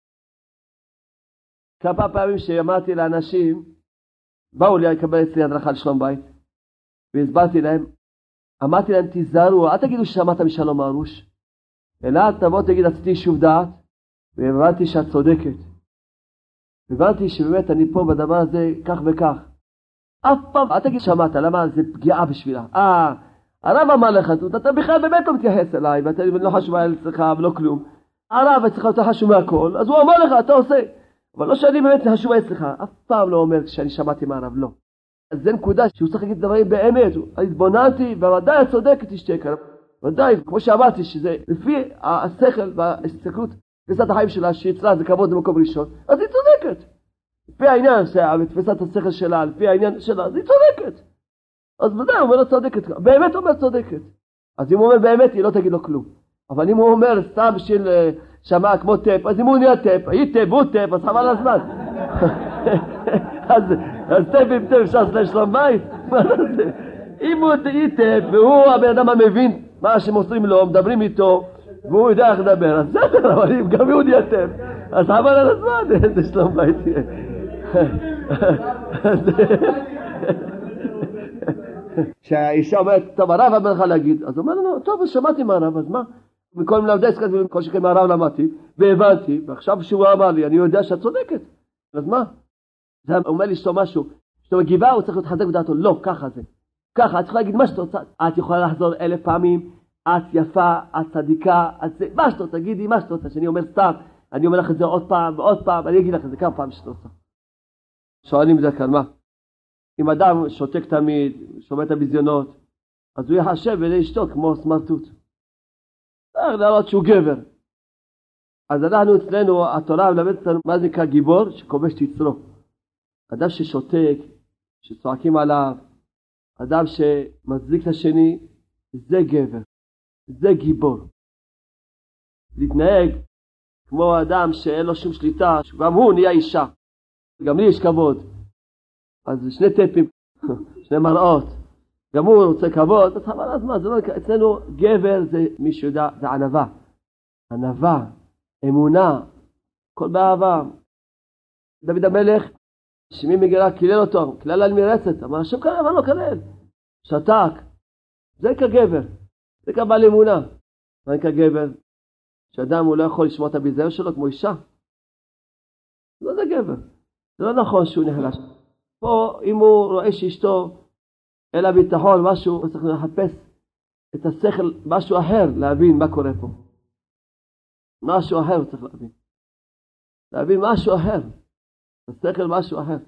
כמה פעמים שאמרתי לאנשים, באו לי לקבל אצלי הדרכה לשלום בית, והסברתי להם, אמרתי להם, תיזהרו, אל תגידו ששמעת משלום הרוש, אלא תבוא תגיד, עשיתי שוב דעת, והבנתי שאת צודקת. הבנתי שבאמת אני פה בדבר הזה כך וכך. אף פעם, אל תגיד שמעת, למה זה פגיעה בשבילה. הרב אמר לך, אתה בכלל באמת לא מתייחס אליי, ואתה לא חשוב היה אצלך ולא כלום. הרב אצלך יותר חשוב מהכל, אז הוא אמר לך, אתה עושה. אבל לא שאני באמת חשוב אצלך, אף פעם לא אומר שאני שמעתי מהרב, לא. אז זה נקודה שהוא צריך להגיד דברים באמת. התבוננתי, וודאי את צודקת אשתי כאן. ודאי, כמו שאמרתי, שזה לפי השכל וההסתכלות, תפיסת החיים שלה, שאצלה זה כבוד במקום ראשון, אז היא צודקת. לפי העניין שלה, ותפיסת השכל שלה, לפי העניין שלה, אז היא צודקת. אז ודאי, הוא אומר לה צודקת. באמת הוא אומר צודקת. אז אם הוא אומר באמת, היא לא תגיד לו כלום. אבל אם הוא אומר סתם של שמע כמו טפ, אז אם הוא נהיה טפ, היא טפ, הוא טפ, אז חבל הזמן. אז טפ עם טפ, אפשר לעשות לשלום בית? אם הוא טפ, והוא הבן אדם המבין מה שהם עושים לו, מדברים איתו, והוא יודע איך לדבר, אז בסדר, אבל אם גם הוא נהיה טפ, אז חבל על הזמן, איזה שלום בית תהיה. כשהאישה אומרת, טוב, הרב אמר לך להגיד, אז הוא אומר לו, טוב, אז שמעתי מהרב, אז מה? מכל מלמדי סקס וכל שכן מהרב למדתי, והבנתי, ועכשיו שהוא אמר לי, אני יודע שאת צודקת, אז מה? זה אומר לי שאתה משהו, שאתה מגיבה, הוא צריך להתחזק בדעתו, לא, ככה זה. ככה, את יכולה להגיד מה שאתה רוצה, את יכולה לחזור 1000 פעמים, את יפה, את צדיקה, את זה, מה שאתה רוצה, תגידי מה שאתה רוצה, שאני אומר סתם, אני אומר לך את זה עוד פעם ועוד פעם, אני אגיד לך את זה כמה פעמים שאתה רוצה. שואלים בזה כאן, מה? אם אדם שותק תמיד, שומע את הביזיונות, אז הוא יחשב ולאשתו כמו סמרטוט. צריך להראות שהוא גבר. אז אנחנו אצלנו, התורה מלמדת אותנו מה זה נקרא גיבור שכובש את יצרו. אדם ששותק, שצועקים עליו, אדם שמזיק את השני, זה גבר, זה גיבור. להתנהג כמו אדם שאין לו שום שליטה, גם הוא נהיה אישה. גם לי יש כבוד. אז שני טפים, שני מראות. גם הוא רוצה כבוד, אז חבל הזמן, זה לא נקרא. אצלנו גבר זה מי שיודע, זה ענווה. ענווה, אמונה, כל באהבה. דוד המלך, שמי מגילה קילל אותו, קילל על מרצת, אמר השם קלל, אבל לא קלל. שתק, זה נקרא גבר, זה נקרא בעל אמונה. זה נקרא גבר, שאדם הוא לא יכול לשמוע את הביזיון שלו כמו אישה. לא זה גבר, זה לא נכון שהוא נחלש. פה אם הוא רואה שאשתו אלא ביטחון, משהו, צריך לחפש את השכל, משהו אחר, להבין מה קורה פה. משהו אחר צריך להבין. להבין משהו אחר. השכל משהו אחר.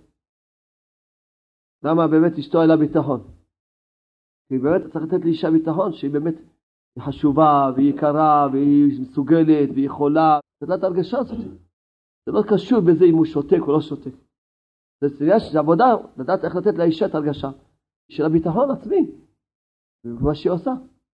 למה באמת אשתו אלה ביטחון? כי באמת צריך לתת לאישה ביטחון, שהיא באמת חשובה, והיא יקרה, והיא מסוגלת, והיא יכולה. לדעת הרגשה הזאת. זה לא קשור בזה אם הוא שותק או לא שותק. זה עבודה, לדעת איך לתת לאישה את הרגשה. של הביטחון עצמי. ומה שהיא עושה.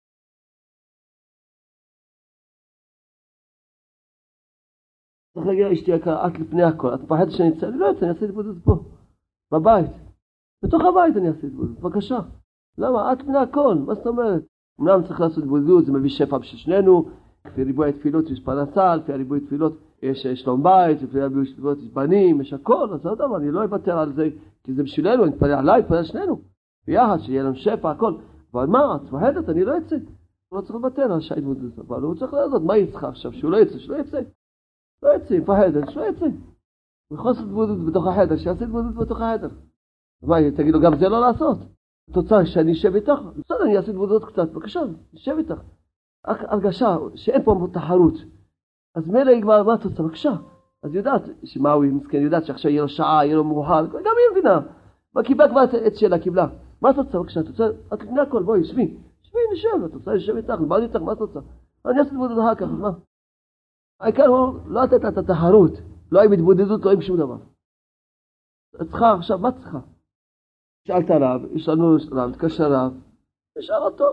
צריך להגיע לאשתי יקרה, את לפני הכל. את פחדת שאני אצא? אני לא אצא, אני אעשה התבודדות פה. בבית. בתוך הבית אני אעשה התבודדות. בבקשה. למה? את לפני הכל. מה זאת אומרת? אמנם צריך לעשות התבודדות, זה מביא שפע בשביל שנינו. לפי ריבוי התפילות יש פרנסה, לפי ריבוי התפילות יש שלום בית, לפי ריבוי התפילות יש בנים, יש הכל. אז לא דבר, אני לא אוותר על זה, כי זה בשבילנו, אני אתפלל עליי, אתפלל על שנינו. ביחד, שיהיה לנו שפע, הכל. אבל מה? את מפחדת? אני לא יצא. הוא לא צריך לוותר על שעה התבודדות. אבל הוא צריך לעשות, מה היא צריכה עכשיו? שהוא לא יצא, שלא יצא. לא יצא, מפחדת, שלא יצא. הוא יכול לעשות התבודדות בתוך החדר, שיעשה התבודדות בתוך החדר. מה, תגיד לו, גם זה לא לעשות. התוצאה שאני אשב איתך, בסדר, אני אעשה התבודדות קצת, בבקשה, אשב איתך. הרגשה שאין פה תחרות. אז מילא יגמר, מה התוצאה? בבקשה. אז יודעת, שמה הוא מסכן, יודעת שעכשיו יהיה לו שעה, יהיה לו מאוחר, גם היא מבינה. מה קיבלה כבר את שלה, קיבלה. מה התוצאה? בבקשה, התוצאה, את לפני הכל, בואי, שבי, נשב, התוצאה ישב איתך, נבד איתך, מה התוצאה? אני אעשה התבודדות אחר כך, מה? העיקר הוא לא לתת את התחרות, לא עם התבודדות, לא עם שום דבר. את צריכה עכשיו, מה צריכה? שאלת רב, יש לנו רב, תקשר רב, תשאל אותו.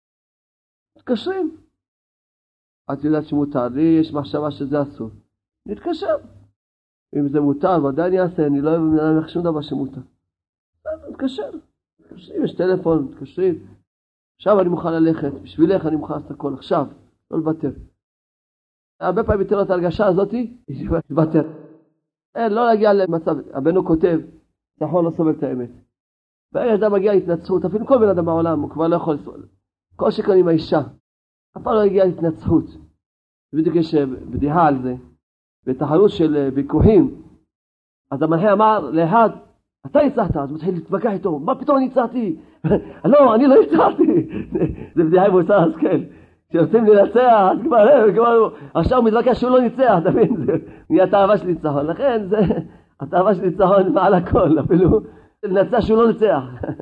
תקשרים. את יודעת שמותר לי, יש מחשבה שזה אסור. נתקשר. אם זה מותר, ודאי אני אעשה, אני לא אוהב שום דבר שמותר. נתקשר. תקשרים, יש טלפון, תקשרים. עכשיו אני מוכן ללכת, בשבילך אני מוכן לעשות הכל, עכשיו, לא לוותר. הרבה פעמים ייתן לו את הרגשה הזאת, היא תוותר. לא להגיע למצב, הבנו כותב, נכון לא סובל את האמת. ברגע שאדם מגיע להתנצחות, אפילו כל בן אדם בעולם, הוא כבר לא יכול לסבול. כל שכן עם האישה, אף פעם לא הגיע להתנצחות. בדיוק יש בדיחה על זה, בתחרות של ויכוחים, אז המנחה אמר לאחד, אתה ניצחת, אז הוא מתחיל להתווכח איתו, מה פתאום אני ניצחתי? לא, אני לא ניצחתי. זה בדיחה עם מוסר השכל. כשרוצים לנצח, אז כבר, עכשיו הוא מתווכח שהוא לא ניצח, תבין, זה נהיה תאווה של ניצחון. לכן זה, התאווה של ניצחון מעל הכל, אפילו לנצח שהוא לא ניצח.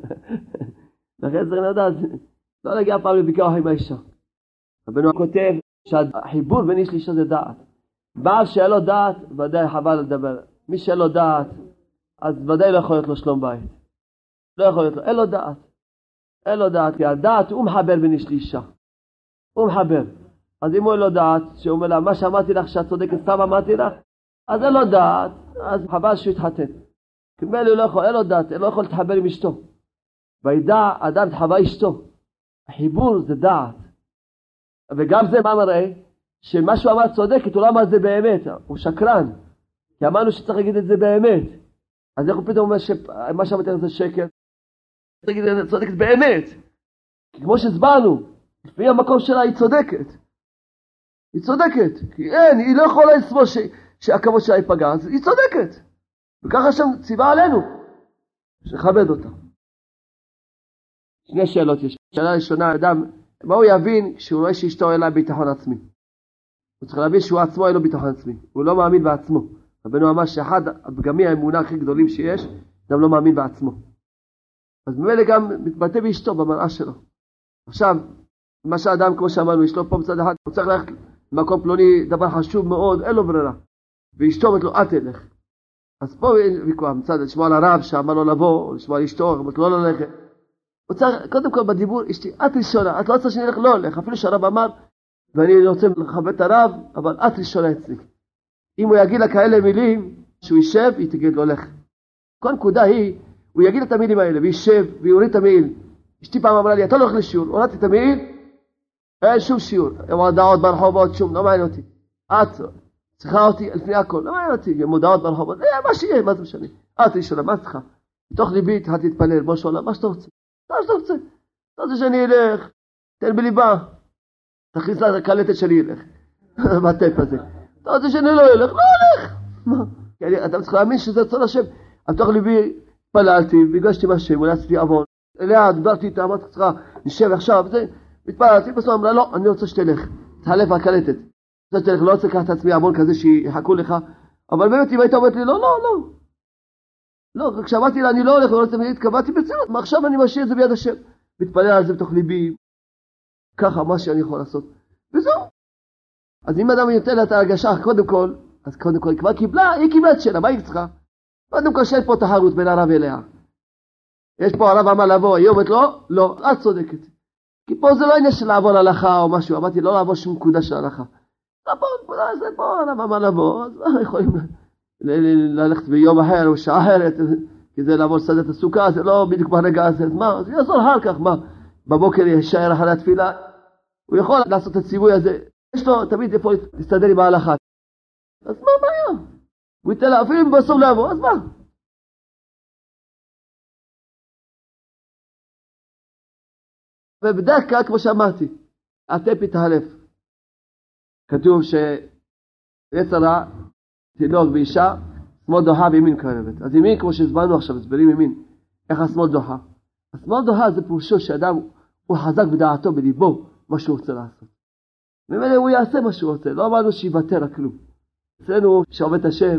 לכן צריך לדעת, לא להגיע פעם לוויכוח עם האישה. רבנו כותב שהחיבור בין איש לאישה זה דעת. בעל שאין לו דעת, ודאי חבל לדבר. מי שאין לו דעת, אז ודאי לא יכול להיות לו שלום בית. לא יכול להיות לו, אין לו דעת. אין לו דעת, כי הדעת הוא מחבר בין איש לאישה. הוא מחבר. אז אם הוא אין לו דעת, שהוא אומר לה, מה שאמרתי לך שאת צודקת, סתם אמרתי לך, אז אין לו דעת, אז חבל שהוא יתחתן. כי מילא הוא לא יכול, אין לו דעת, לא יכול להתחבר עם אשתו. וידע אדם תחווה אשתו. החיבור זה דעת. וגם זה מה מראה? שמה שהוא אמר צודקת, הוא לא אמר את זה באמת, הוא שקרן. כי אמרנו שצריך להגיד את זה באמת. אז איך הוא פתאום אומר שמה שאמרתי לך זה שקר? תגיד את זה צודקת באמת. כי כמו שהסברנו, לפי המקום שלה היא צודקת. היא צודקת. כי אין, היא לא יכולה לסבור שהכבוד שלה ייפגע, אז היא צודקת. וככה שם ציווה עלינו. שכבד אותה. שני שאלות יש. שאלה ראשונה, אדם, מה הוא יבין כשהוא רואה שאשתו אין לה ביטחון עצמי? הוא צריך להבין שהוא עצמו אין לו ביטחון עצמי. הוא לא מאמין בעצמו. רבנו אמר שאחד הפגמי האמונה הכי גדולים שיש, אדם לא מאמין בעצמו. אז ממילא גם מתבטא באשתו במראה שלו. עכשיו, מה שהאדם, כמו שאמרנו, יש לו פה מצד אחד, הוא צריך ללכת למקום פלוני, דבר חשוב מאוד, אין לו ברירה. ואשתו אומרת לו, אל תלך. אז פה אין ויכוח, מצד לשמוע על הרב שאמר לו לבוא, או לשמוע על אשתו, אמרת לו לא ללכת. הוא צריך, קודם כל בדיבור, אשתי, את ראשונה, את לא רוצה שאני אלך, לא הולך. אפילו שהרב אמר, ואני רוצה לכבד את הרב, אבל את ראשונה אצלי. אם הוא יגיד לה כאלה מילים, שהוא יישב, היא תגיד לו, הולך. כל נקודה היא, הוא יגיד את המילים האלה, וישב, ויוריד את המיל. אשתי פעם אמרה לי, אתה לא הולך לשיעור, הורדתי את המיל, אין שום שיעור. מודעות ברחובות, שום, לא מעניין אותי. את צריכה אותי לפני הכל, לא מעניין אותי, מודעות ברחובות, מה שיהיה, מה זה משנה. את ראשונה, מה צריכה? בתוך ליבי, התחלתי להתפלל, בוא שואלה, מה שאתה רוצה? מה שאתה רוצה? אתה רוצה שאני אלך, תן בליבה. תכניס לה את הקלטת שלי ילך. בטייפ הזה. אתה רוצה שאני לא ילך? לא הולך. מה? אתה צריך להאמין שזה רצון השם. בתוך ליבי התפללתי, והגשתי מהשם, אולי עשיתי עוון. אליה, דיברתי איתה, אמרתי צריכה, נשב עכשיו, זה, מתפללתי, בסוף אמרה, לא, אני רוצה שתלך, תחלף הקלטת. רוצה שתלך, לא רוצה לקחת את עצמי המון כזה שיחכו לך, אבל באמת אם היית אומרת לי, לא, לא, לא. לא, כשאמרתי לה, אני לא הולך, לא רוצה להגיד, קבעתי בצירות, מה עכשיו אני משאיר את זה ביד השם. מתפלל על זה בתוך ליבי, ככה, מה שאני יכול לעשות. וזהו. אז אם אדם יוצא לה את ההרגשה, קודם כל, היא כבר קיבלה, היא קיבלה את שלה, מה היא צריכה? קודם כל שאין פה תחרות בין הרב אליה. יש פה הרב אמר לבוא, היא אומרת לו, לא, את צודקת. כי פה זה לא עניין של לעבור הלכה או משהו, אמרתי לא לעבור שום נקודה של הלכה. לא פה, נקודה זה פה, הרב אמר לבוא, אז לא יכולים ללכת ביום אחר או שעה אחרת, כי זה לעבור שדת הסוכה, זה לא בדיוק ברגע הזה, אז מה, זה יעזור אחר כך, מה, בבוקר יישאר אחרי התפילה, הוא יכול לעשות את הציווי הזה, יש לו תמיד איפה להסתדר עם ההלכה. אז מה הבעיה? הוא ייתן לה, אפילו אם בסוף לא יבוא, אז מה? ובדרך כלל, כמו שאמרתי, הטפי תהלף. כתוב שיצר רע, תינוק ואישה, שמאל דוחה וימין קרבת. אז ימין, כמו שהסברנו עכשיו, הסברים ימין. איך השמאל דוחה? השמאל דוחה זה פירושו שאדם הוא חזק בדעתו, בליבו, מה שהוא רוצה לעשות. ממילא הוא יעשה מה שהוא רוצה, לא אמרנו שיוותר הכלום. אצלנו שעובד השם,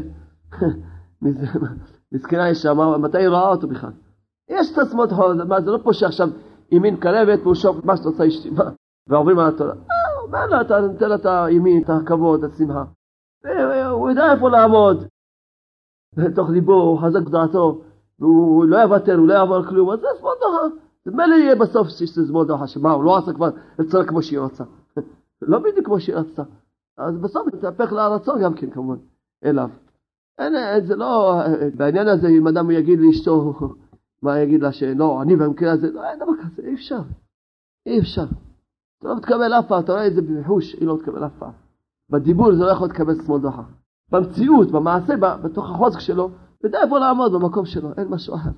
מסכנה יש שם, מתי היא רואה אותו בכלל? יש את השמאל דוחה, זה לא פה שעכשיו ימין קרבת, והוא שוב מה שתוצא אשתי, ועוברים על התורה. אומר לה, אתה נותן לה את הימין, את הכבוד, את השמחה. הוא יודע איפה לעמוד. בתוך ליבו, הוא חזק בדעתו, והוא לא יוותר, הוא לא יעבור כלום, אז זה שמאל דוחה. זה מלא יהיה בסוף שיש זה שמאל דוחה, שמה, הוא לא עשה כבר לצרה כמו שהיא רצה. לא בדיוק כמו שהיא רצה. אז בסוף תהפך לרצון גם כן, כמובן, אליו. זה לא, בעניין הזה, אם אדם יגיד לאשתו, מה יגיד לה שלא, אני במקרה הזה, לא, אין דבר כזה, אי אפשר. אי אפשר. אתה לא תקבל אף פעם, אתה רואה את זה בחוש, היא לא תקבל אף פעם. בדיבור זה לא יכול לקבל שמאל דוחה. במציאות, במעשה, בתוך החוזק שלו, יודע איפה לעמוד במקום שלו, אין משהו אחר.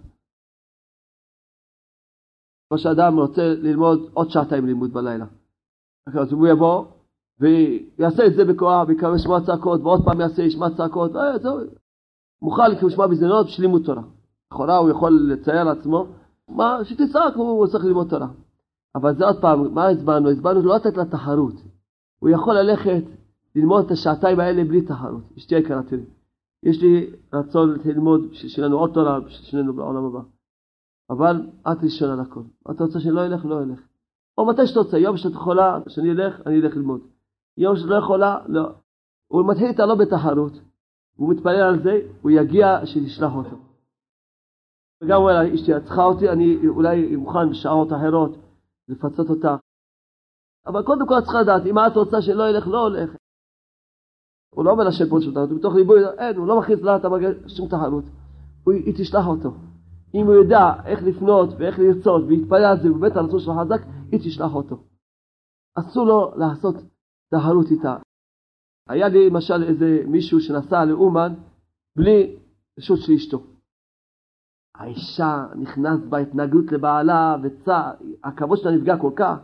כמו שאדם רוצה ללמוד עוד שעתיים לימוד בלילה. אז הוא יבוא, ויעשה את זה בכוח, ויקרא שמע צעקות, ועוד פעם יעשה שמע צעקות, זהו. מוכן לקרוא שמע בזדנות, שלימוד תורה. אחורה הוא יכול לצייר לעצמו, שתצעק הוא צריך ללמוד תורה. אבל זה עוד פעם, מה הסברנו? הסברנו לא לתת לה תחרות. הוא יכול ללכת, ללמוד את השעתיים האלה בלי תחרות. אשתי יקרה, תראי. יש לי רצון ללמוד שלנו עוד תורה, שלנו בעולם הבא. אבל את ראשון על הכל. אתה רוצה שלא ילך, לא ילך. או מתי שאתה רוצה, יום שאתה יכולה, שאני אלך, אני אלך ללמוד. יום שאתה לא יכולה, לא. הוא מתחיל איתה לא בתחרות. הוא מתפלל על זה, הוא יגיע שתשלח אותו. וגם הוא אומר, אשתי, את צריכה אותי, אני אולי מוכן בשעות אחרות לפצות אותה. אבל קודם כל את צריכה לדעת, אם את רוצה שלא ילך, לא הולך. הוא לא אומר לשם פה שוטה, הוא בתוך ליבו, אין, הוא לא מכניס לה את שום תחרות. היא תשלח אותו. אם הוא יודע איך לפנות ואיך לרצות ויתפלל על זה ובית הרצון שלו חזק, היא תשלח אותו. אסור לו לעשות תחרות איתה. היה לי למשל איזה מישהו שנסע לאומן בלי רשות של אשתו. האישה נכנס בהתנגדות לבעלה הכבוד שלה נפגע כל כך,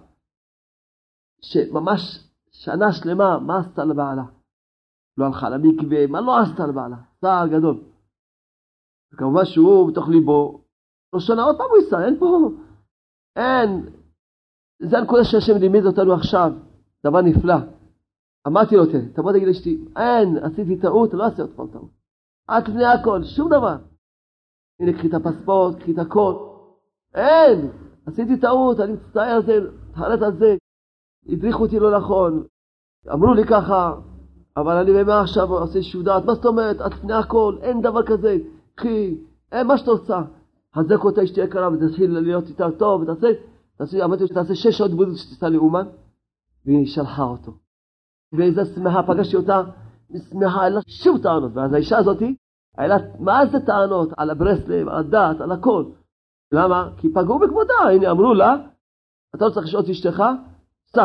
שממש שנה שלמה מה עשתה לבעלה? לא הלכה למקווה, מה לא עשתה לבעלה? צער גדול. וכמובן שהוא בתוך ליבו, לא שנה עוד פעם הוא ייסע, אין פה, אין, זה הנקודה שהשם לימד אותנו עכשיו, דבר נפלא. אמרתי לו, תבוא תגיד לאשתי, אין, עשיתי טעות, לא עשיתי עוד פעם טעות. את לפני הכל, שום דבר. הנה, קחי את הפספורט, קחי את הכל. אין, עשיתי טעות, אני מצטער על זה, תחלט על זה. הדריכו אותי לא נכון, אמרו לי ככה, אבל אני באמת עכשיו עושה שודעת, מה זאת אומרת, את לפני הכל, אין דבר כזה, קחי, אין מה שאתה רוצה. חזק אותה אשתי יקרה ותתחיל להיות איתה טוב, אמרתי שתעשה 6 שעות בודד שתיסע לאומן, והיא שלחה אותו. ואיזה שמחה, פגשתי אותה, שמחה, אין לה שום טענות, ואז האישה הזאת, היה לה, מה זה טענות? על הברסלב, על הדת, על הכל. למה? כי פגעו בכבודה, הנה אמרו לה, אתה לא צריך לשאול את אשתך, סע.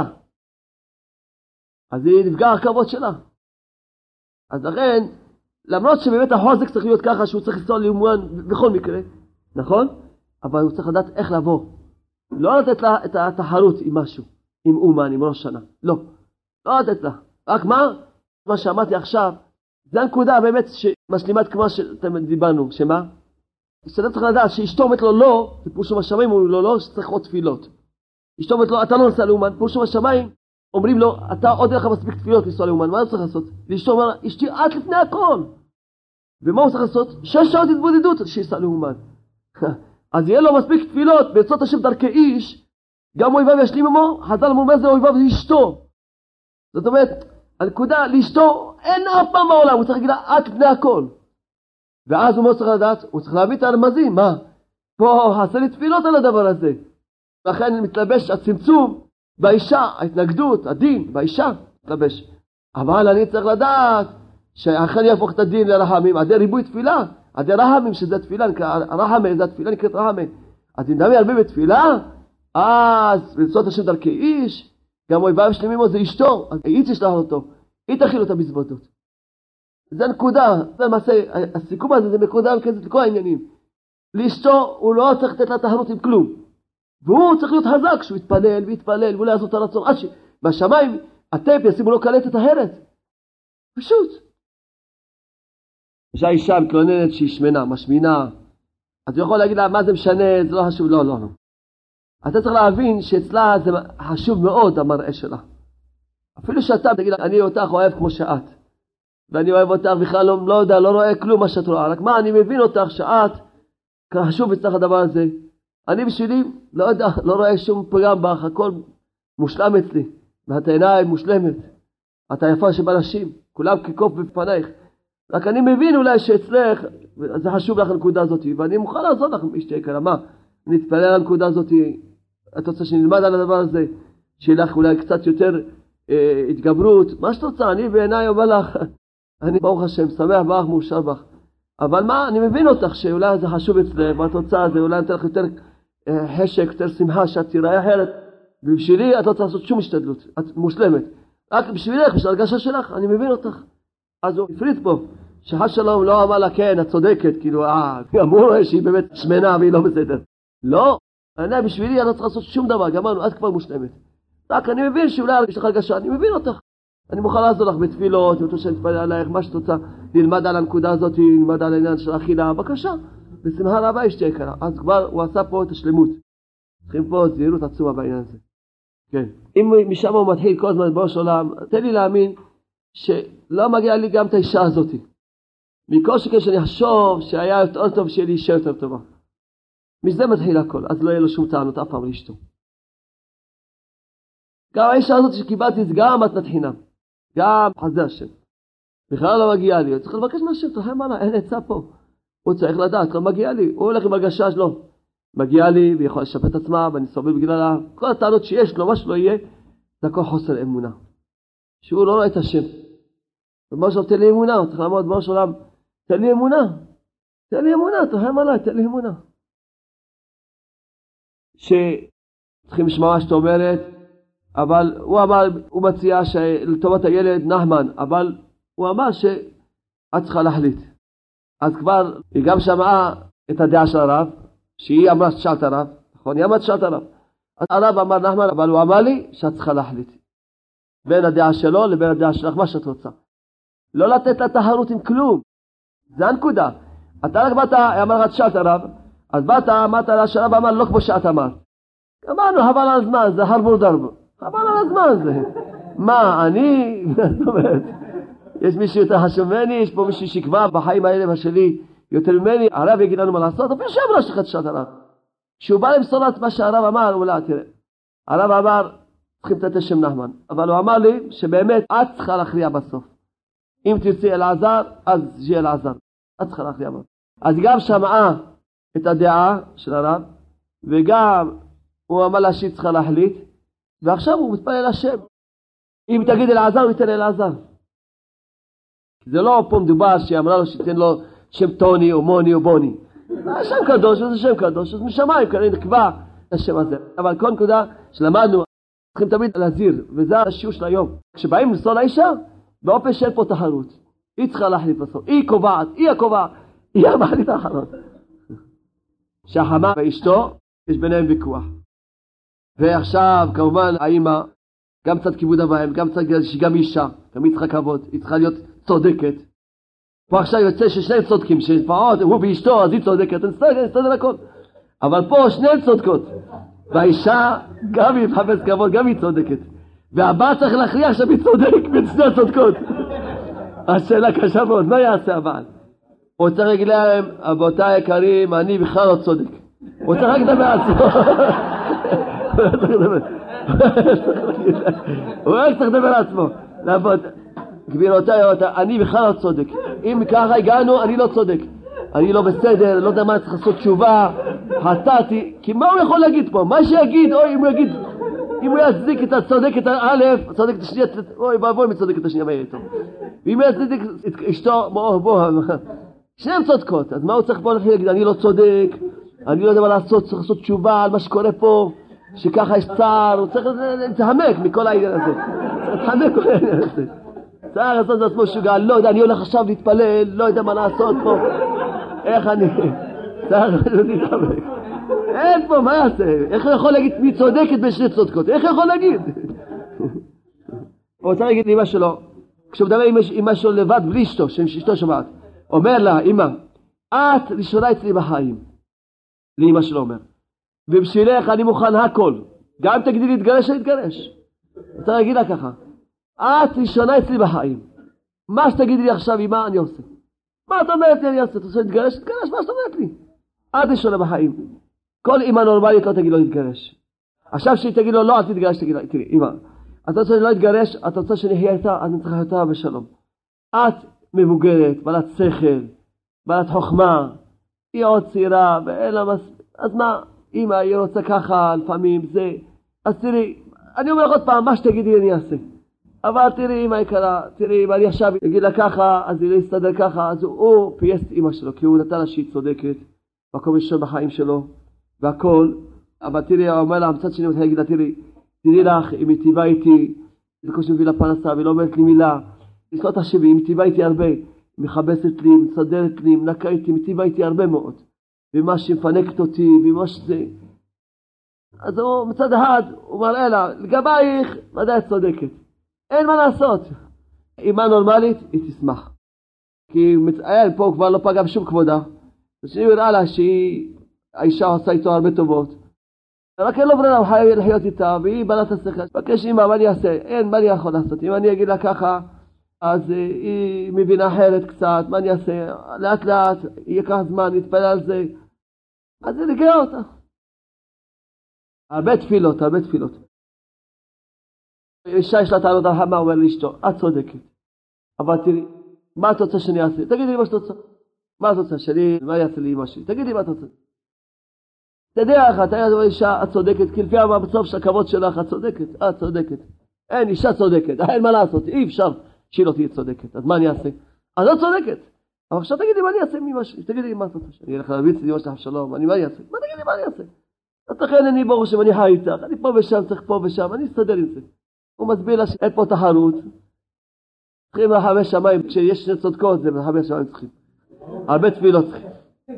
אז היא נפגע הכבוד שלה. אז לכן, למרות שבאמת החוזק צריך להיות ככה, שהוא צריך לנסוע לאומן בכל מקרה, נכון? אבל הוא צריך לדעת איך לבוא. לא לתת לה את התחרות עם משהו, עם אומן, עם ראש שנה. לא. לא לתת לה. רק מה שאמרתי עכשיו, זה הנקודה באמת שמשלימת כמו שאתם דיברנו, שמה? שאדם צריך לדעת שאשתו אומרת לו לא, זה פירוש השמיים אומרים לו לא, שצריך עוד תפילות. אשתו אומרת לו, אתה לא נוסע לאומן, פירוש השמיים אומרים לו, אתה עוד אין לך מספיק תפילות לנסוע לאומן, מה הוא צריך לעשות? ואשתו אומר, אשתי את לפני הכל. ומה הוא צריך לעשות? 6 שעות התבודדות שיסע לאומן. אז יהיה לו מספיק תפילות, בעצות השם דרכי איש, גם אויביו ישלים עמו, חז"ל אומר זה אויביו זה אשתו. זאת אומרת, הנקודה לאשתו אין אף פעם בעולם, הוא צריך להגיד לה, את לפני הכל. ואז הוא צריך לדעת, הוא צריך להביא את הרמזים, מה? פה עשה לי תפילות על הדבר הזה. לכן מתלבש הצמצום באישה, ההתנגדות, הדין, באישה מתלבש. אבל אני צריך לדעת שאכן יהפוך את הדין לרחמים, עדי ריבוי תפילה, עדי רחמים שזה תפילה, רחמי, זה התפילה נקראת רחמי. אז אם דמי הרבה בתפילה, אז ברצות השם דרכי איש, גם אויביו שלמים לו זה אשתו, אז היא תשלח אותו, היא תכיל אותה מזוודות. זה נקודה, זה למעשה, הסיכום הזה זה נקודה וכזאת לכל העניינים. לאשתו הוא לא צריך לתת לה תחרות עם כלום. והוא צריך להיות חזק, שהוא יתפלל ויתפלל, והוא לא יעזור את הרצון. עד שבשמיים הטייפ ישימו לו קלטת אחרת. פשוט. כשהאישה מתלוננת שהיא שמנה, משמינה, אז הוא יכול להגיד לה, מה זה משנה, זה לא חשוב, לא. אתה צריך להבין שאצלה זה חשוב מאוד המראה שלה. אפילו שאתה תגיד לה, אני אותך אוהב כמו שאת. ואני אוהב אותך בכלל לא יודע, לא רואה כלום מה שאת רואה. רק מה, אני מבין אותך שאת, חשוב אצלך הדבר הזה. אני בשבילי, לא יודע, לא רואה שום פגם בך, הכל מושלם אצלי. ואת העיניים מושלמת. אתה יפה שבנשים, כולם כקוף בפנייך. רק אני מבין אולי שאצלך, זה חשוב לך הנקודה הזאת, ואני מוכן לעזור לך אשתי יקרה, מה? אני אתפלל על הנקודה הזאת, את רוצה שנלמד על הדבר הזה, שיהיה לך אולי קצת יותר התגברות, מה שאת רוצה, אני בעיניי אומר לך, אני ברוך השם, שמח בך, מאושר בך. אבל מה, אני מבין אותך שאולי זה חשוב אצלך, ואת רוצה, זה אולי נתן לך יותר חשק, יותר שמחה, שאת תיראה אחרת, ובשבילי את לא צריך לעשות שום השתדלות, את מושלמת. רק בשבילך, בשביל הרגשה שלך, אני מבין אותך. אז הוא הפריט פה, שחש שלום לא אמר לה, כן, את צודקת, כאילו, אמרו שהיא באמת שמנה והיא לא בסדר. לא, אני בשבילי אני לא צריך לעשות שום דבר, גמרנו, את כבר מושלמת. רק אני מבין שאולי יש לך הרגשה, אני מבין אותך. אני מוכן לעזור לך בתפילות, ואתה שנתפלל עלייך, מה שאת רוצה, נלמד על הנקודה הזאת, נלמד על העניין של אכילה, בבקשה, בשמחה רבה אשתי יקרה. אז כבר הוא עשה פה את השלמות. צריכים פה זהירות עצומה בעניין הזה. כן. אם משם הוא מתחיל כל הזמן בראש עולם, תן לי להאמין שלא מגיע לי גם את האישה הזאת. מכל שכן שאני אחשוב שהיה יותר טוב, שיהיה לי אישה יותר טובה. מזה מתחיל הכל, אז לא יהיה לו שום טענות אף פעם לאשתו. גם האישה הזאת שקיבלתי זה גם מתנת חינם. גם חסדי השם. בכלל לא מגיע לי, הוא צריך לבקש מהשם, תרחם עליי, אין עצה פה. הוא צריך לדעת, לא מגיע לי, הוא הולך עם הרגשה שלו. מגיע לי ויכול לשפט את עצמה, ואני סובל בגללה. כל הטענות שיש לו, מה שלא יהיה, זה הכל חוסר אמונה. שהוא לא רואה את השם. ובראש שלו, תן לי אמונה, הוא צריך לעמוד בראש עולם, תן לי אמונה, תרחם עליי, תן לי אמונה. שצריכים לשמוע מה שאת אומרת, אבל הוא אמר, הוא מציע שלטובת הילד נחמן, אבל הוא אמר שאת צריכה להחליט. אז כבר היא גם שמעה את הדעה של הרב, שהיא אמרה ששאלת הרב, נכון? היא אמרה ששאלת הרב. אז הרב אמר נחמן, אבל הוא אמר לי שאת צריכה להחליט. בין הדעה שלו לבין הדעה שלך, מה שאת רוצה. לא לתת לה תחרות עם כלום. זה הנקודה. אתה רק באת, אמר לך ששאלת הרב, אז באת, אמרת לה שהרב אמר לא כמו שאת אמרת. אמרנו, חבל על הזמן, זה הרבור דרבו. חבל על הזמן הזה. מה, אני, זאת אומרת, יש מישהו יותר חשוב ממני, יש פה מישהו שיקבע בחיים האלה שלי יותר ממני, הרב יגיד לנו מה לעשות, אפילו שאמרה שלך תשעת הרב. כשהוא בא למסור את מה שהרב אמר, הוא לא, תראה, הרב אמר, צריכים לתת השם נחמן, אבל הוא אמר לי שבאמת את צריכה להכריע בסוף. אם תרצי אלעזר, אז שיהיה אלעזר. את צריכה להכריע בסוף. אז גם שמעה את הדעה של הרב, וגם הוא אמר לה שהיא צריכה להחליט, ועכשיו הוא מתפלל לשם. אם תגיד אלעזר, הוא ייתן אלעזר. זה לא פה מדובר שהיא אמרה לו שתיתן לו שם טוני או מוני או בוני. השם קדוש, זה שם קדוש, אז משמיים כאן נקבע את השם הזה. אבל כל נקודה שלמדנו, צריכים תמיד להזהיר, וזה השיעור של היום. כשבאים לנסוע לאישה, באופן שאין פה תחרות. היא צריכה להחליט בסוף. היא קובעת, היא הקובעת, היא המחליט האחרון. שהחמה ואשתו, יש ביניהם ויכוח. ועכשיו, כמובן, האמא, גם קצת כיבוד אבהם, גם קצת שגם אישה, גם היא צריכה כבוד, היא צריכה להיות צודקת. פה עכשיו יוצא ששניהם צודקים, שפעות, הוא ואשתו, אז היא צודקת, אני אסתדר הכל. אבל פה שניהם צודקות. והאישה, גם היא מחפש כבוד, גם היא צודקת. והבא צריך להכריח שהיא צודק בין שני הצודקות. השאלה קשה מאוד, מה יעשה הבעל? הוא צריך להגיד להם, אבותיי היקרים, אני בכלל לא צודק. הוא צריך רק לדבר על עצמו. הוא רק צריך לדבר על עצמו. גבירותיי, אני בכלל לא צודק. אם ככה הגענו, אני לא צודק. אני לא בסדר, לא יודע מה צריך לעשות תשובה, חטאתי. כי מה הוא יכול להגיד פה? מה שיגיד, אוי, אם הוא יגיד, אם הוא יצדיק את הצודקת א', צודק את השנייה, אוי, בואי מצודק את השנייה, מה יהיה איתו? ואם הוא יצדיק את אשתו, בוא, שניהם צודקות. אז מה הוא צריך פה להגיד? אני לא צודק, אני לא יודע מה לעשות, צריך לעשות תשובה על מה שקורה פה, שככה יש צער, הוא צריך להתחמק מכל העניין הזה. להתחמק מכל העניין הזה. צריך לעשות את עצמו שוגע, לא יודע, אני הולך עכשיו להתפלל, לא יודע מה לעשות פה. איך אני? צריך להתחמק. אין פה, מה יעשה? איך הוא יכול להגיד מי צודקת בין שני צודקות? איך הוא יכול להגיד? הוא רוצה להגיד לאמא שלו, כשהוא מדבר עם אמא שלו לבד בלי אשתו, שאשתו שומעת, אומר לה, אמא, את ראשונה אצלי בחיים. לאמא שלו אומר, ובשבילך אני מוכן הכל. גם תגידי להתגרש, אני אתגרש. הוא רוצה להגיד לה ככה, את ראשונה אצלי בחיים. מה שתגידי לי עכשיו, אמא, אני עושה. מה את אומרת לי אני אעשה? אתה רוצה להתגרש? תתגרש, מה שאת אומרת לי? את ראשונה בחיים. כל אמא נורמלית לא תגיד לו להתגרש. עכשיו שהיא תגיד לו לא, אל תתגרש, תגיד לה, תראי, אמא, אתה רוצה לא להתגרש, אתה רוצה שנחיה איתה, אני צריך אותה בשלום. את מבוגרת, בעלת שכל, בעלת חוכמה, היא עוד צעירה, ואין לה אז מה, אמא, היא רוצה ככה, לפעמים זה, אז תראי, אני אומר לך עוד פעם, מה שתגידי אני אעשה. אבל תראי, אמא יקרה, תראי, אם אני עכשיו אגיד לה ככה, אז היא לא יסתדר ככה, אז הוא פייס את אמא שלו, כי הוא נתן לה שהיא צודקת, מקום ראשון בחיים שלו, והכל, אבל תראי, הוא אומר לה, המצד שני, הוא יגיד לה, תראי לך, אם היא טבעה איתי, בקושי מביא לה פרנסה, והיא לא אומרת לי מילה, יש לו תחשבי, אם היא טבעה איתי הרבה, מחבסת לי, מסדרת לי, מנקה איתי, היא טבעה איתי הרבה מאוד, ומה שמפנקת אותי, ומה שזה, אז הוא מצד אחד, הוא מראה לה, לגבייך, ודאי צודקת, אין מה לעשות, אמא נורמלית, היא תשמח, כי מצעיין פה כבר לא פגע בשום כבודה, ושהיא יראה לה שהיא, האישה עושה איתו הרבה טובות, רק אין לו ברירה, הוא חייב לחיות איתה, והיא בעלת השכל. בקש אמא, מה אני אעשה? אין, מה אני יכול לעשות? אם אני אגיד לה ככה, אז היא מבינה אחרת קצת, מה אני אעשה? לאט לאט, ייקח זמן, נתפלל על זה. אז זה נגרע אותה. הרבה תפילות. אישה יש לה טענות על מה אומר לאשתו, את צודקת. אבל תראי, מה את רוצה שאני אעשה? תגידי לי מה שאת רוצה. מה את רוצה שלי? מה יעשה לי אמא שלי? תגידי מה את רוצה. תדע לך, אתה יודע אישה, את צודקת, כי לפי בסוף של הכבוד שלך, את צודקת. אין, אישה צודקת, אין מה לעשות, אי אפשר שהיא לא תהיה צודקת, אז מה אני אעשה? אז לא צודקת. אבל עכשיו תגידי מה אני אעשה ממש, תגידי מה את רוצה, אני אלך להביץ לי אמא שלך שלום, מה אני אעשה? תגידי מה אני אעשה? אז לכן אני ברוך שם, אני חי איתך, אני פה ושם, צריך פה ושם, אני אסתדר עם זה. הוא מסביר לה שאין פה תחרות, צריכים לחמי שמיים, כשיש שני צודקות, זה לחמי שמיים צריכים. הרבה תפילות צריכים.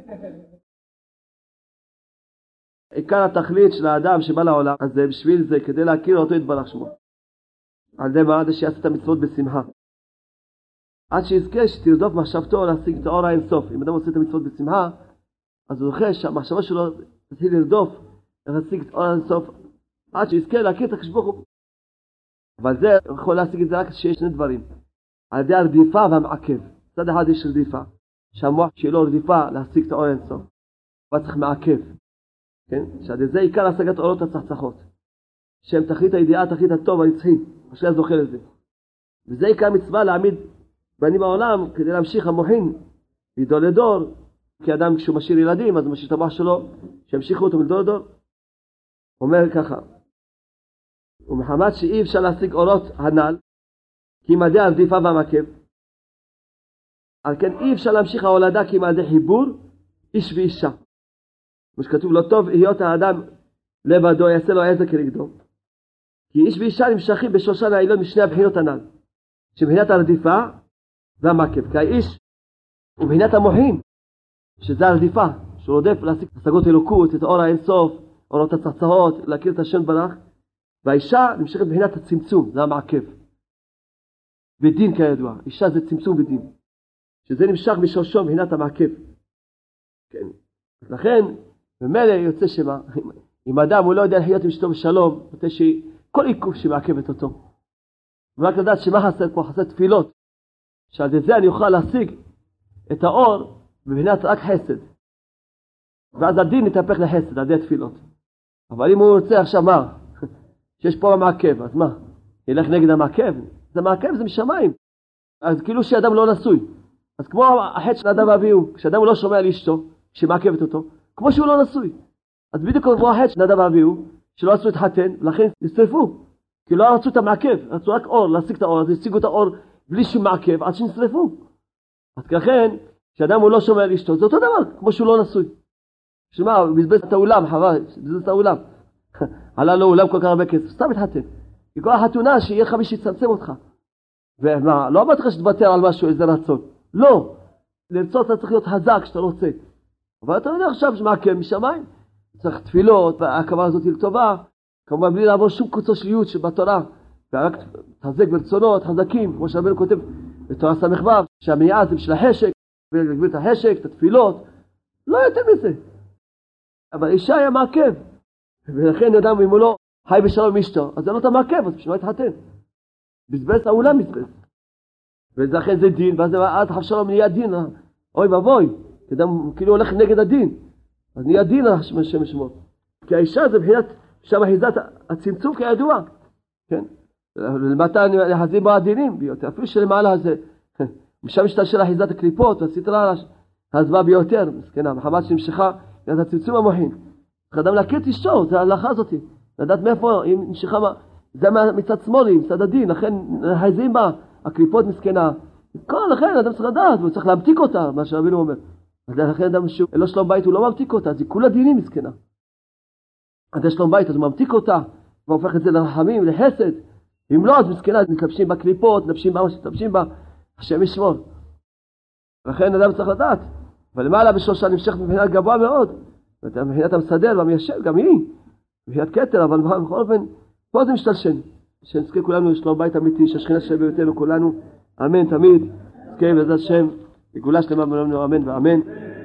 עיקר התכלית של האדם שבא לעולם, אז זה בשביל זה, כדי להכיר אותו יתברך שמו. על זה מה? עד שיעשה את המצוות בשמחה. עד שיזכה שתרדוף מחשבתו להשיג את האור האינסוף. אם אדם עושה את המצוות בשמחה, אז הוא זוכה שהמחשבה שלו תתחיל לרדוף, להשיג את האור האינסוף, עד שיזכה להכיר את הקדוש ברוך הוא. אבל זה יכול להשיג את זה רק שיש שני דברים. על ידי הרדיפה והמעכב. צד אחד יש רדיפה, שהמוח שלו רדיפה להשיג את האור האינסוף. אבל צריך מעכב. כן? שעד זה עיקר השגת אורות הצחצחות. שהם תכלית הידיעה, תכלית הטוב, הנצחי. השאלה זוכה לזה. וזה עיקר מצווה להעמיד בנים בעולם, כדי להמשיך המוחין, מדור לדור. כי אדם כשהוא משאיר ילדים, אז הוא משאיר את המוח שלו, שימשיכו אותו מדור לדור. הוא אומר ככה, ומחמת שאי אפשר להשיג אורות הנ"ל, כי מדעי הרדיפה והמעכב. על כן אי אפשר להמשיך ההולדה כי מדעי חיבור, איש ואישה. כמו שכתוב לא טוב, היות האדם לבדו יעשה לו עזר כנגדו. כי איש ואישה נמשכים בשושן העליון משני הבחינות הנ"ל. שבחינת הרדיפה והמעכב. כי האיש הוא בחינת המוחין, שזה הרדיפה, שהוא רודף להשיג השגות אלוקות, את האור האינסוף, אורות הצחצחות, להכיר את השם ברך. והאישה נמשכת בחינת הצמצום, זה המעכב. בדין כידוע, אישה זה צמצום בדין. שזה נמשך משורשו מבחינת המעכב. כן. לכן, במילא יוצא שמה, אם אדם הוא לא יודע לחיות עם אשתו בשלום, נותן שכל עיכוב שמעכבת אותו. ורק לדעת שמה חסר פה, חסר תפילות. שעל זה אני אוכל להשיג את האור מבחינת רק חסד. ואז הדין יתהפך לחסד, על ידי תפילות. אבל אם הוא רוצה עכשיו מה? שיש פה המעכב, אז מה? ילך נגד המעכב? זה מעכב, זה משמיים. אז כאילו שאדם לא נשוי. אז כמו החטא של האדם ואביהו, כשאדם לא שומע לאשתו, שמעכבת אותו, כמו שהוא לא נשוי. אז בדיוק כמו החטא של האדם ואביהו, שלא רצו להתחתן, ולכן נשרפו. כי לא רצו את המעכב, רצו רק אור, להשיג את האור, אז השיגו את האור בלי שום מעכב, עד שנשרפו. אז לכן, כשאדם הוא לא שומע לאשתו, זה אותו דבר, כמו שהוא לא נשוי. שמה, הוא בזבז את האולם, חבל, בזבז את האולם. עלה לו אולם כל כך הרבה כסף, סתם התחתן. כי כל החתונה שיהיה לך מי שיצמצם אותך. ומה, לא אמרתי לך שתוותר על משהו, איזה רצון. לא. לרצות אתה צריך להיות חזק כשאתה רוצה. אבל אתה יודע עכשיו שמעכב משמיים. צריך תפילות, וההקמה הזאת היא לטובה. כמובן בלי לעבור שום קוצו של ייעוד שבתורה. ורק תחזק ברצונות, חזקים, כמו שהרבנו כותב בתורה ס"ו, שהמניעה זה בשביל החשק, ולהגביר את החשק, את התפילות. לא יותר מזה. אבל אישה היה מעכב. ולכן אדם אם הוא לא חי בשלום עם אשתו, אז זה לא אתה מעכב, אז בשביל מה יתחתן? בזבז האולם בזבז. ולכן זה דין, ואז עד חב שלום נהיה דין, אוי ואבוי, אדם כאילו הולך נגד הדין, אז נהיה דין השם שמו. כי האישה זה בחינת שם אחיזת הצמצום כידוע, כן? למטה נחזים בו הדינים ביותר, אפילו שלמעלה הזה, משם משתלשל אחיזת הקליפות, והסתרה הזווה ביותר, מסכנה, מחמת שנמשכה, את הצמצום המוחין. אדם להכיר את אשתו, זה ההלכה הזאת. לדעת מאיפה, אם נמשכה, זה מצד שמאלי, מצד הדין, לכן נחזים בה, הקליפות מסכנה. לכן אדם צריך לדעת, והוא צריך להמתיק אותה, מה שרבינו אומר. לכן אדם שאין לו שלום בית, הוא לא ממתיק אותה, זה כולה דינים מסכנה. אז יש שלום בית, אז הוא ממתיק אותה, והופך את זה לרחמים, לחסד. אם לא, אז מסכנה, מתלבשים בקליפות, מתלבשים בה, מתלבשים בה, השם ישמור. לכן אדם צריך לדעת. ולמעלה בשלושה נמשכת מבחינת גבוה מאוד. מבחינת המסדר והמיישב, גם היא. מבחינת כתר, אבל בכל אופן, פה זה משתלשן. שנזכה כולנו לשלום בית אמיתי, שהשכינה שווה ביותנו כולנו. אמן תמיד. נזכה בעזרת השם, בגאולה שלמה ולעולמנו, אמן ואמן.